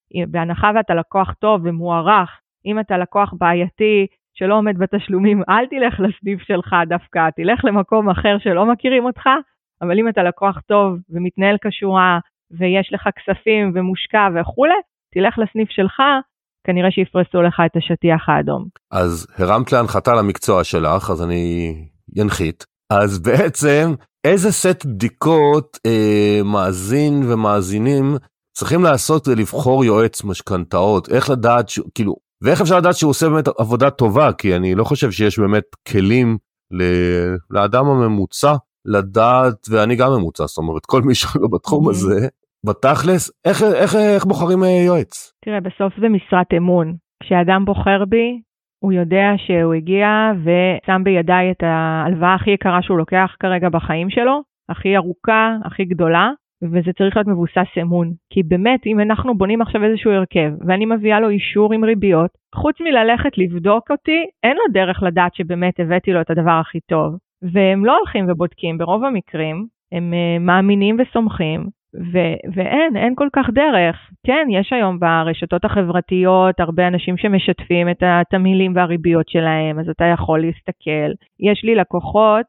בהנחה ואתה לקוח טוב ומוערך, אם אתה לקוח בעייתי שלא עומד בתשלומים, אל תלך לסניף שלך דווקא, תלך למקום אחר שלא מכירים אותך, אבל אם אתה לקוח טוב ומתנהל כשורה, ויש לך כספים ומושקע וכו', תלך לסניף שלך, כנראה שיפרסו לך את השטיח האדום. אז הרמת להנחתה למקצוע שלך, אז אני ינחית. אז בעצם, איזה סט בדיקות אה, מאזין ומאזינים צריכים לעשות לבחור יועץ משכנתאות? איך לדעת, ש... כאילו, ואיך אפשר לדעת שהוא עושה באמת עבודה טובה? כי אני לא חושב שיש באמת כלים ל... לאדם הממוצע לדעת, ואני גם ממוצע, זאת אומרת, כל מי שלא בתחום mm-hmm. הזה, בתכלס, איך, איך, איך בוחרים יועץ? תראה, בסוף זה משרת אמון. כשאדם בוחר בי, הוא יודע שהוא הגיע ושם בידיי את ההלוואה הכי יקרה שהוא לוקח כרגע בחיים שלו, הכי ארוכה, הכי גדולה, וזה צריך להיות מבוסס אמון. כי באמת, אם אנחנו בונים עכשיו איזשהו הרכב, ואני מביאה לו אישור עם ריביות, חוץ מללכת לבדוק אותי, אין לו דרך לדעת שבאמת הבאתי לו את הדבר הכי טוב. והם לא הולכים ובודקים ברוב המקרים, הם uh, מאמינים וסומכים, ו- ואין, אין כל כך דרך. כן, יש היום ברשתות החברתיות הרבה אנשים שמשתפים את התמהילים והריביות שלהם, אז אתה יכול להסתכל. יש לי לקוחות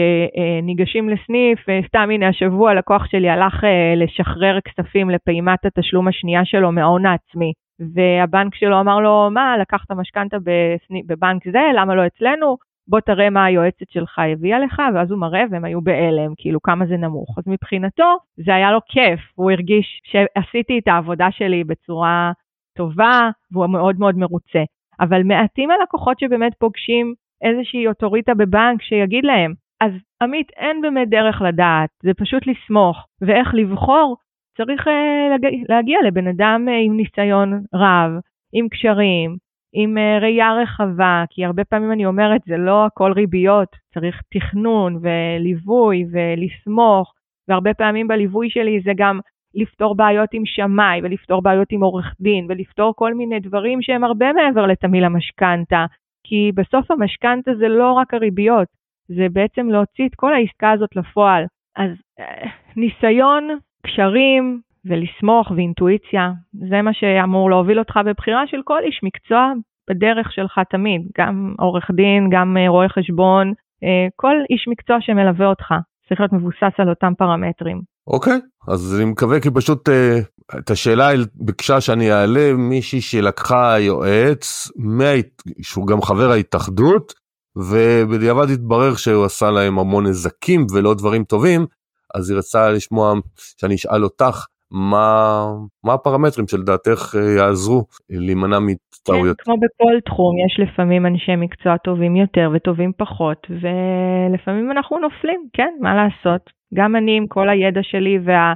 שניגשים לסניף, סתם הנה השבוע לקוח שלי הלך uh, לשחרר כספים לפעימת התשלום השנייה שלו מההון העצמי, והבנק שלו אמר לו, מה, לקחת משכנתה בסניף, בבנק זה, למה לא אצלנו? בוא תראה מה היועצת שלך הביאה לך, ואז הוא מראה והם היו באלם, כאילו כמה זה נמוך. אז מבחינתו זה היה לו כיף, הוא הרגיש שעשיתי את העבודה שלי בצורה טובה, והוא מאוד מאוד מרוצה. אבל מעטים הלקוחות שבאמת פוגשים איזושהי אוטוריטה בבנק שיגיד להם, אז עמית אין באמת דרך לדעת, זה פשוט לסמוך, ואיך לבחור, צריך להגיע לבן אדם עם ניסיון רב, עם קשרים, עם ראייה רחבה, כי הרבה פעמים אני אומרת, זה לא הכל ריביות, צריך תכנון וליווי ולסמוך, והרבה פעמים בליווי שלי זה גם לפתור בעיות עם שמאי, ולפתור בעיות עם עורך דין, ולפתור כל מיני דברים שהם הרבה מעבר לתמיל המשכנתה, כי בסוף המשכנתה זה לא רק הריביות, זה בעצם להוציא את כל העסקה הזאת לפועל. אז ניסיון, קשרים, ולסמוך ואינטואיציה, זה מה שאמור להוביל אותך בבחירה של כל איש מקצוע בדרך שלך תמיד, גם עורך דין, גם רואה חשבון, כל איש מקצוע שמלווה אותך, צריך להיות מבוסס על אותם פרמטרים. אוקיי, אז אני מקווה כי פשוט את השאלה ביקשה שאני אעלה מישהי שלקחה יועץ, שהוא גם חבר ההתאחדות, ובדיעבד התברר שהוא עשה להם המון נזקים ולא דברים טובים, אז היא רצה לשמוע שאני אשאל אותך, מה, מה הפרמטרים של דעתך יעזרו להימנע מטעויות? כן, כמו בכל תחום, יש לפעמים אנשי מקצוע טובים יותר וטובים פחות, ולפעמים אנחנו נופלים, כן, מה לעשות? גם אני עם כל הידע שלי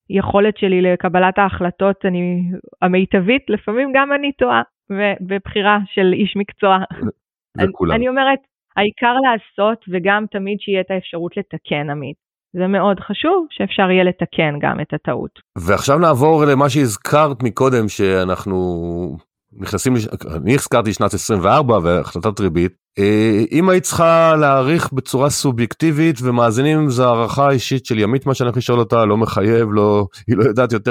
היכולת שלי לקבלת ההחלטות אני, המיטבית, לפעמים גם אני טועה, ובבחירה של איש מקצוע. אני, אני אומרת, העיקר לעשות, וגם תמיד שיהיה את האפשרות לתקן, עמית. זה מאוד חשוב שאפשר יהיה לתקן גם את הטעות. ועכשיו נעבור למה שהזכרת מקודם, שאנחנו נכנסים, אני הזכרתי שנת עשרים וארבע והחלטת ריבית, אם היית צריכה להעריך בצורה סובייקטיבית, ומאזינים זו הערכה אישית של ימית, מה שאני חושב אותה, לא מחייב, לא, היא לא יודעת יותר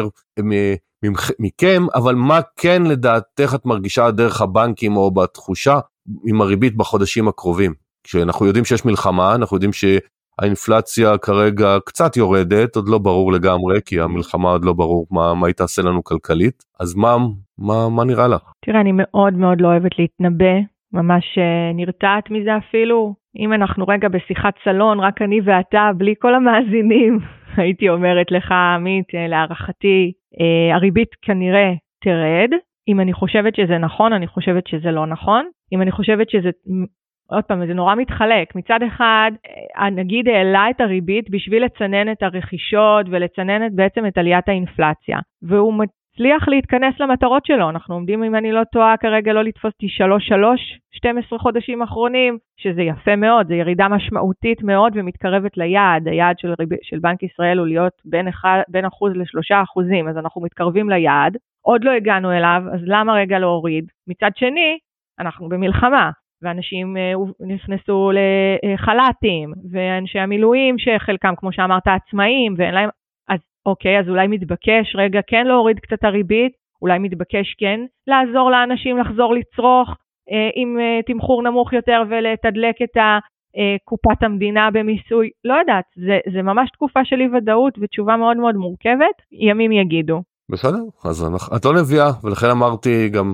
מכם, אבל מה כן לדעתך את מרגישה דרך הבנקים, או בתחושה עם הריבית בחודשים הקרובים? כשאנחנו יודעים שיש מלחמה, אנחנו יודעים שהאינפלציה כרגע קצת יורדת, עוד לא ברור לגמרי, כי המלחמה עוד לא ברור מה, מה היא תעשה לנו כלכלית, אז מה, מה, מה נראה לך? תראה, אני מאוד מאוד לא אוהבת להתנבא, ממש נרתעת מזה אפילו, אם אנחנו רגע בשיחת סלון, רק אני ואתה, בלי כל המאזינים, הייתי אומרת לך, עמית, להערכתי, הריבית כנראה תרד, אם אני חושבת שזה נכון, אני חושבת שזה לא נכון, אם אני חושבת שזה, עוד פעם, זה נורא מתחלק, מצד אחד, הנגיד העלה את הריבית בשביל לצנן את הרכישות, ולצנן את, בעצם את עליית האינפלציה, והוא מצליח להתכנס למטרות שלו, אנחנו עומדים, אם אני לא טועה, כרגע לא לתפוס שלוש שלוש, שנים עשר חודשים אחרונים, שזה יפה מאוד, זה ירידה משמעותית מאוד, ומתקרבת ליעד, היעד של, ריב... של בנק ישראל הוא להיות בין, אחד, בין אחוז לשלושה אחוזים, אז אנחנו מתקרבים ליעד, עוד לא הגענו אליו, אז למה רגע להוריד? מצד שני, אנחנו במלחמה, ואנשים נכנסו לחל"תים, ואנשי המילואים שחלקם, כמו שאמרת, עצמאים, ואין להם, אז אוקיי, אז אולי מתבקש רגע כן להוריד קצת הריבית, אולי מתבקש כן לעזור לאנשים לחזור לצרוך, עם תמחור נמוך יותר, ולתדלק את קופת המדינה במיסוי, לא יודעת, זה, זה ממש תקופה של אי ודאות, ותשובה מאוד מאוד מורכבת, ימים יגידו. בסדר, אז את לא נביאה, ולכן אמרתי גם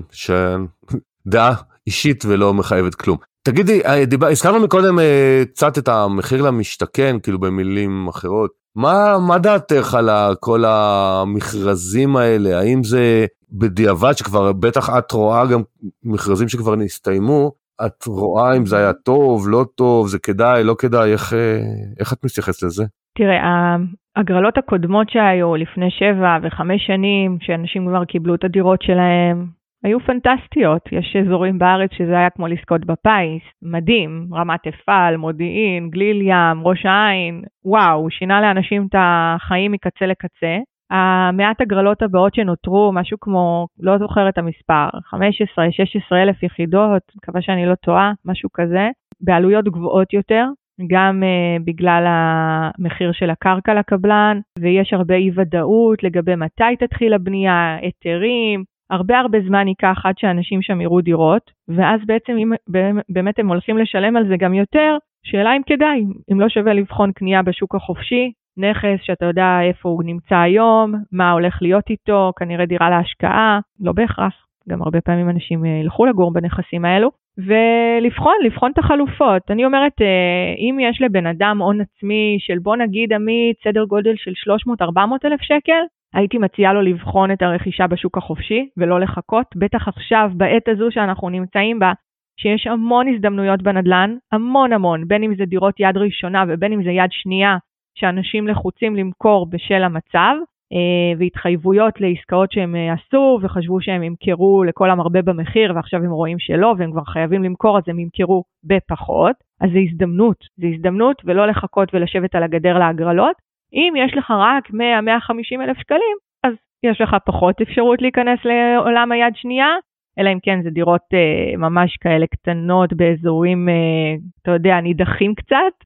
שדעה אישית ולא מחייבת כלום. תגידי, הזכרנו מקודם קצת את המחיר למשתכן, כאילו במילים אחרות, מה, מה דעתך על כל המכרזים האלה? האם זה בדיעבד שכבר בטח את רואה גם מכרזים שכבר נסתיימו, את רואה אם זה היה טוב, לא טוב, זה כדאי, לא כדאי, איך, איך את מתייחסת לזה? תראה, הגרלות הקודמות שהיו לפני שבע וחמש שנים, שאנשים כבר קיבלו את הדירות שלהם, היו פנטסטיות. יש אזורים בארץ שזה היה כמו לזכות בפיס, מדהים, רמת אפעל, מודיעין, גליל ים, ראש העין, וואו, שינה לאנשים את החיים מקצה לקצה. המעט הגרלות הבאות שנותרו, משהו כמו, לא זוכר את המספר, חמש עשרה שש עשרה אלף יחידות, מקווה שאני לא טועה, משהו כזה, בעלויות גבוהות יותר, גם uh, בגלל המחיר של הקרקע לקבלן, ויש הרבה אי ודאות לגבי מתי תתחיל הבנייה, היתרים, הרבה הרבה זמן ייקח עד שאנשים שם יראו דירות, ואז בעצם אם באמת הם הולכים לשלם על זה גם יותר, שאלה אם כדאי, אם לא שווה לבחון קנייה בשוק החופשי, נכס שאתה יודע איפה הוא נמצא היום, מה הולך להיות איתו, כנראה דירה להשקעה, לא בהכרח, גם הרבה פעמים אנשים ילכו לגור בנכסים האלו, ולבחון, לבחון את החלופות. אני אומרת, אם יש לבן אדם הון עצמי של בוא נגיד עמית, סדר גודל של שלוש מאות ארבע מאות אלף שקל, הייתי מציעה לו לבחון את הרכישה בשוק החופשי, ולא לחכות, בטח עכשיו, בעת הזו שאנחנו נמצאים בה, שיש המון הזדמנויות בנדלן, המון המון, בין אם זה דירות יד ראשונה, ובין אם זה יד שנייה, שאנשים לחוצים למכור בשל המצב, והתחייבויות לעסקאות שהם עשו, וחשבו שהם ימכרו לכל המרבה במחיר, ועכשיו הם רואים שלא, והם כבר חייבים למכור, אז הם ימכרו בפחות, אז זה הזדמנות, זה הזדמנות, ולא לחכות ולשבת על הגדר להגרלות. אם יש לך רק מאה עד מאה וחמישים אלף שקלים, אז יש לך פחות אפשרות להיכנס לעולם היד שנייה, אלא אם כן זה דירות אה, ממש כאלה קטנות באזורים, אה, אתה יודע, נידחים קצת,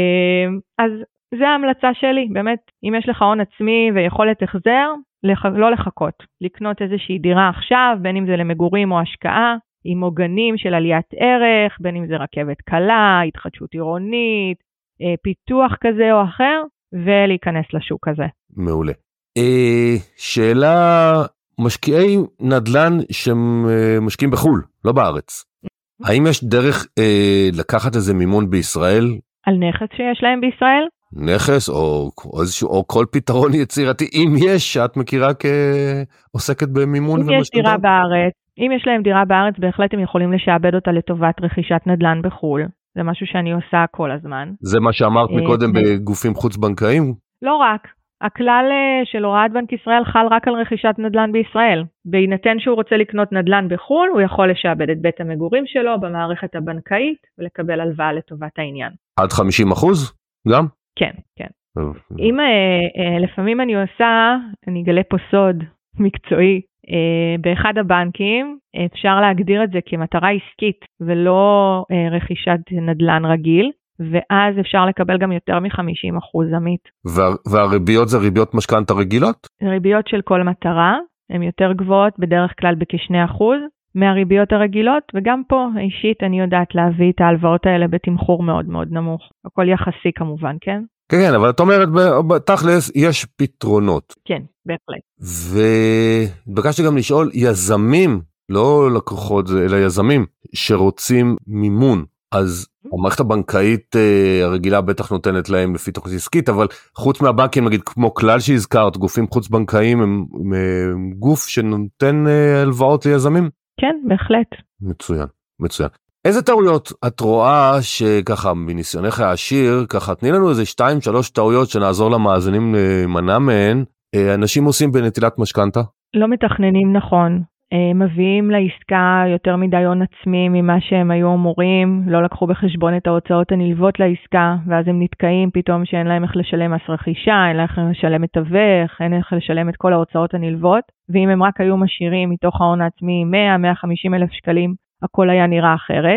אה, אז זה ההמלצה שלי, באמת, אם יש לך הון עצמי ויכולת החזר, לח... לא לחכות, לקנות איזושהי דירה עכשיו, בין אם זה למגורים או השקעה, עם עוגנים של עליית ערך, בין אם זה רכבת קלה, התחדשות עירונית, אה, פיתוח כזה או אחר, ולהיכנס לשוק הזה. מעולה. אה, שאלה, משקיעי נדל"ן שמשקיעים בחול, לא בארץ. האם יש דרך אה, לקחת איזה מימון בישראל? על נכס שיש להם בישראל? נכס או, או איזשהו, או כל פתרון יצירתי, אם יש, שאת מכירה כעוסקת במימון ומשכנתאות? אם יש דירה בארץ, אם יש להם דירה בארץ, בהחלט הם יכולים לשעבד אותה לטובת רכישת נדל"ן בחול. זה משהו שאני עושה כל הזמן. זה מה שאמרת מקודם בגופים חוץ בנקאיים? לא רק. הכלל של הוראת בנק ישראל חל רק על רכישת נדל"ן בישראל. בהינתן שהוא רוצה לקנות נדל"ן בחו"ל, הוא יכול לשעבד את בית המגורים שלו במערכת הבנקאית ולקבל הלוואה לטובת העניין. עד חמישים אחוז גם? כן, כן. אם לפעמים אני עושה, אני אגלה פה סוד מקצועי, באחד הבנקים אפשר להגדיר את זה כמטרה עסקית ולא רכישת נדל"ן רגיל, ואז אפשר לקבל גם יותר מ-חמישים אחוז עמית. וה, והריביות זה ריביות משכנתא רגילות? ריביות של כל מטרה, הן יותר גבוהות בדרך כלל בכ-שני אחוז מהריביות הרגילות, וגם פה אישית אני יודעת להביא את ההלוואות האלה בתמחור מאוד מאוד נמוך. הכל יחסי כמובן, כן? כן, אבל את אומרת, בתכלס יש פתרונות. כן, בהחלט. ובקשתי גם לשאול, יזמים, לא לקוחות, אלא יזמים, שרוצים מימון, אז המערכת הבנקאית הרגילה בטח נותנת להם לפי תוכנית עסקית, אבל חוץ מהבנקים, נגיד כמו כלל שהזכרת, גופים חוץ בנקאיים, הם, הם גוף שנותן הלוואות ליזמים? כן, בהחלט. מצוין, מצוין. איזה טעויות את רואה שככה מניסיונך העשיר, ככה תני לנו איזה שתיים, שלוש טעויות שנעזור למאזינים להימנע מהן, אנשים עושים בנטילת משכנתא? לא מתכננים נכון, מביאים לעסקה יותר מדי הון עצמי ממה שהם היו אמורים, לא לקחו בחשבון את ההוצאות הנלוות לעסקה, ואז הם נתקעים פתאום שאין להם איך לשלם מס רכישה, אין להם איך לשלם את אבטחה, אין איך לשלם את כל ההוצאות הנלוות, ואם הם רק היו משאירים מתוך ההון העצמי מאה עד מאה וחמישים אלף שקלים, הכל היה נראה אחרת,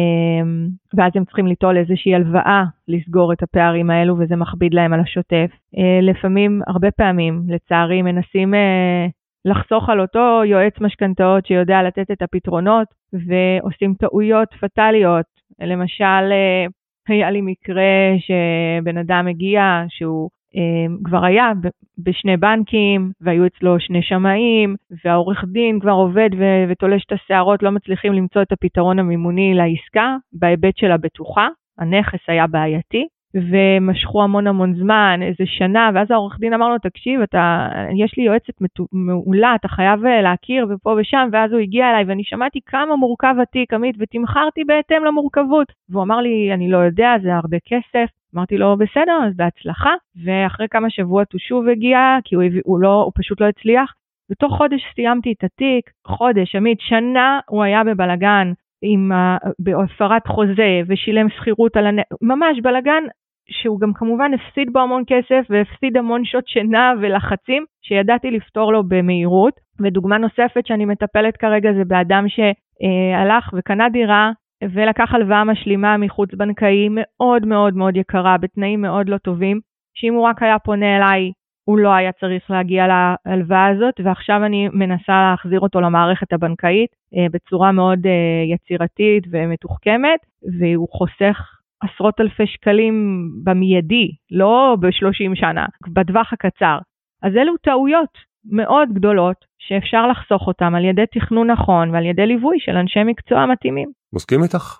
ואז הם צריכים ליטול איזושהי הלוואה לסגור את הפערים האלו, וזה מכביד להם על השוטף. לפעמים, הרבה פעמים, לצערי, מנסים לחסוך על אותו יועץ משכנתאות שיודע לתת את הפתרונות, ועושים טעויות פטליות. למשל, היה לי מקרה שבן אדם הגיע, שהוא כבר היה בשני בנקים, והיו אצלו שני שמאים, והעורך דין כבר עובד ו- ותולש את השערות, לא מצליחים למצוא את הפתרון המימוני לעסקה, בהיבט של הבטוחה, הנכס היה בעייתי, ומשכו המון המון זמן, איזה שנה, ואז העורך דין אמר לו, תקשיב, אתה, יש לי יועצת מעולה, אתה חייב להכיר ופה ושם, ואז הוא הגיע אליי, ואני שמעתי כמה מורכב התיק, עמית, ותמחרתי בהתאם למורכבות, והוא אמר לי, אני לא יודע, זה הרבה כסף, אמרתי לו, בסדר, אז בהצלחה, ואחרי כמה שבועות הוא שוב הגיע, כי הוא, הוא, לא, הוא פשוט לא הצליח, ותוך חודש סיימתי את התיק, חודש, עמית, שנה הוא היה בבלגן, עם, בהפרת חוזה, ושילם שכירות על הנ... ממש בלגן, שהוא גם כמובן הפסיד בו המון כסף, והפסיד המון שעות שינה ולחצים, שידעתי לפתור לו במהירות, ודוגמה נוספת שאני מטפלת כרגע, זה באדם שהלך וקנה דירה, ולקח הלוואה משלימה מחוץ בנקאי מאוד מאוד מאוד יקרה, בתנאים מאוד לא טובים, שאם הוא רק היה פונה אליי, הוא לא היה צריך להגיע להלוואה הזאת, ועכשיו אני מנסה להחזיר אותו למערכת הבנקאית, בצורה מאוד יצירתית ומתוחכמת, והוא חוסך עשרות אלפי שקלים במיידי, לא ב-שלושים שנה, בטווח הקצר. אז אלו טעויות מאוד גדולות, שאפשר לחסוך אותם על ידי תכנון נכון, ועל ידי ליווי של אנשי מקצוע מתאימים. מסכים איתך?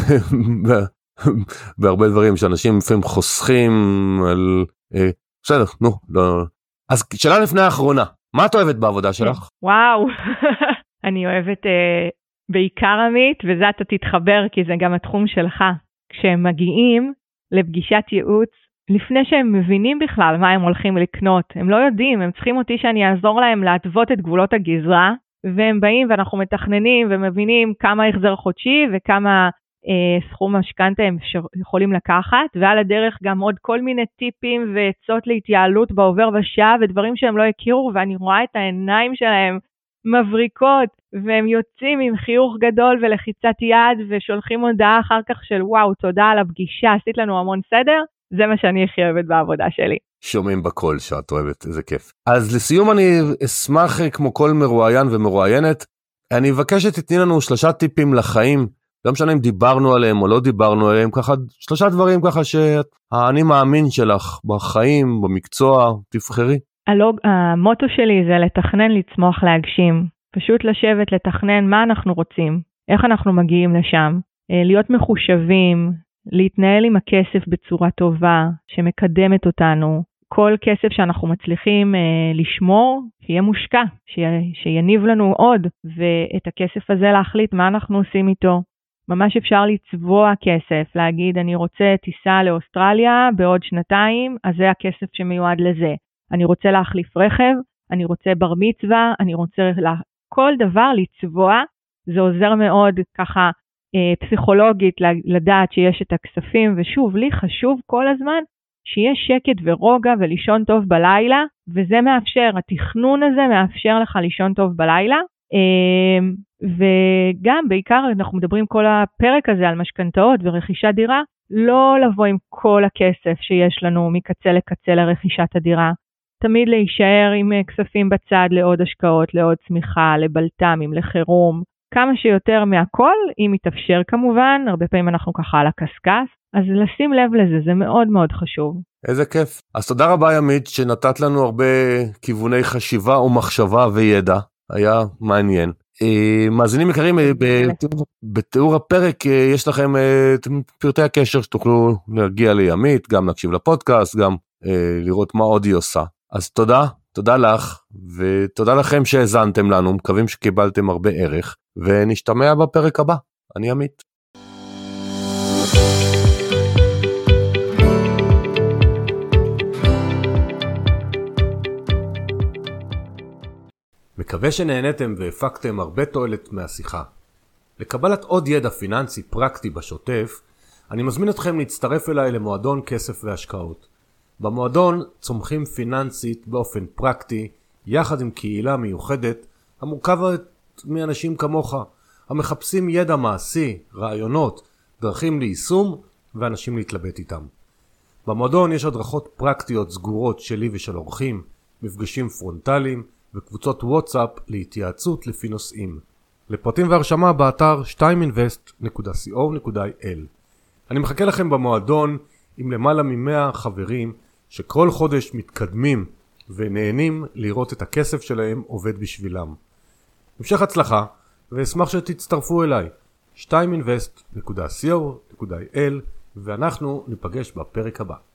בהרבה דברים שאנשים לפעמים חוסכים על... בסדר, נו. לא. אז שאלה לפני האחרונה, מה את אוהבת בעבודה שלך? וואו, אני אוהבת אה, בעיקר עמית, וזה אתה תתחבר, כי זה גם התחום שלך. כשהם מגיעים לפגישת ייעוץ, לפני שהם מבינים בכלל מה הם הולכים לקנות, הם לא יודעים, הם צריכים אותי שאני אעזור להם להתוות את גבולות הגזרה, והם באים ואנחנו מתכננים ומבינים כמה החזר חודשי וכמה אה, סכום משכנתא הם יכולים לקחת, ועל הדרך גם עוד כל מיני טיפים ועצות להתייעלות בעובר ושעה ודברים שהם לא הכירו, ואני רואה את העיניים שלהם מבריקות, והם יוצאים עם חיוך גדול ולחיצת יד ושולחים הודעה אחר כך של וואו, תודה על הפגישה, עשית לנו המון סדר, זה מה שאני הכי אוהבת בעבודה שלי. שומעים בקול שאת אוהבת, איזה כיף. אז לסיום אני אשמח כמו כל מרואיין ומרואיינת, אני אבקש שתתני לנו שלושה טיפים לחיים, לא משנה אם דיברנו עליהם או לא דיברנו עליהם, ככה שלושה דברים ככה שאני מאמין שלך בחיים, במקצוע, תבחרי. הלוג, המוטו שלי זה לתכנן, לצמוח, להגשים. פשוט לשבת, לתכנן מה אנחנו רוצים, איך אנחנו מגיעים לשם, להיות מחושבים, להתנהל עם הכסף בצורה טובה, שמקדמת אותנו. כל כסף שאנחנו מצליחים אה, לשמור, שיהיה מושקע, שיניב לנו עוד, ואת הכסף הזה להחליט מה אנחנו עושים איתו. ממש אפשר לצבוע כסף, להגיד אני רוצה טיסה לאוסטרליה בעוד שנתיים, אז זה הכסף שמיועד לזה. אני רוצה להחליף רכב, אני רוצה בר מצווה, אני רוצה לה... כל דבר לצבוע, זה עוזר מאוד ככה אה, פסיכולוגית לדעת שיש את הכספים, ושוב, לי חשוב כל הזמן שיהיה שקט ורוגע ולישון טוב בלילה, וזה מאפשר, התכנון הזה מאפשר לך לישון טוב בלילה, אה, וגם בעיקר אנחנו מדברים כל הפרק הזה על משכנתאות ורכישת דירה, לא לבוא עם כל הכסף שיש לנו מקצה לקצה לרכישת הדירה, תמיד להישאר עם כספים בצד לעוד השקעות, לעוד צמיחה, לבלת"מים, לחירום, כמה שיותר מהכל, אם יתאפשר כמובן, הרבה פעמים אנחנו ככה על הקסקס, אז לשים לב לזה, זה מאוד מאוד חשוב. איזה כיף. אז תודה רבה ימית שנתת לנו הרבה כיווני חשיבה ומחשבה וידע, היה מעניין. מאזינים יקרים, בתיאור הפרק יש לכם פרטי הקשר שתוכלו להגיע לימית, גם להקשיב לפודקאסט, גם לראות מה עוד היא עושה. אז תודה, תודה לך, ותודה לכם שהזנתם לנו, מקווים שקיבלתם הרבה ערך, ונשתמע בפרק הבא. אני עמית. מקווה שנהנתם והפקתם הרבה תועלת מהשיחה. לקבלת עוד ידע פיננסי פרקטי בשוטף, אני מזמין אתכם להצטרף אליי למועדון כסף והשקעות. במועדון צומחים פיננסית באופן פרקטי, יחד עם קהילה מיוחדת, המורכבת מאנשים כמוך, המחפשים ידע מעשי, רעיונות, דרכים ליישום ואנשים להתלבט איתם. במועדון יש הדרכות פרקטיות סגורות שלי ושל אורחים, מפגשים פרונטליים וקבוצות וואטסאפ להתייעצות לפי נושאים. לפרטים והרשמה באתר שתיים אינבסט נקודה סי או נקודה איי אל. אני מחכה לכם במועדון עם למעלה ממאה חברים שכל חודש מתקדמים ונהנים לראות את הכסף שלהם עובד בשבילם. המשך הצלחה, ואשמח שתצטרפו אליי, שתיים אינבסט נקודה סי או נקודה איי אל, ואנחנו ניפגש בפרק הבא.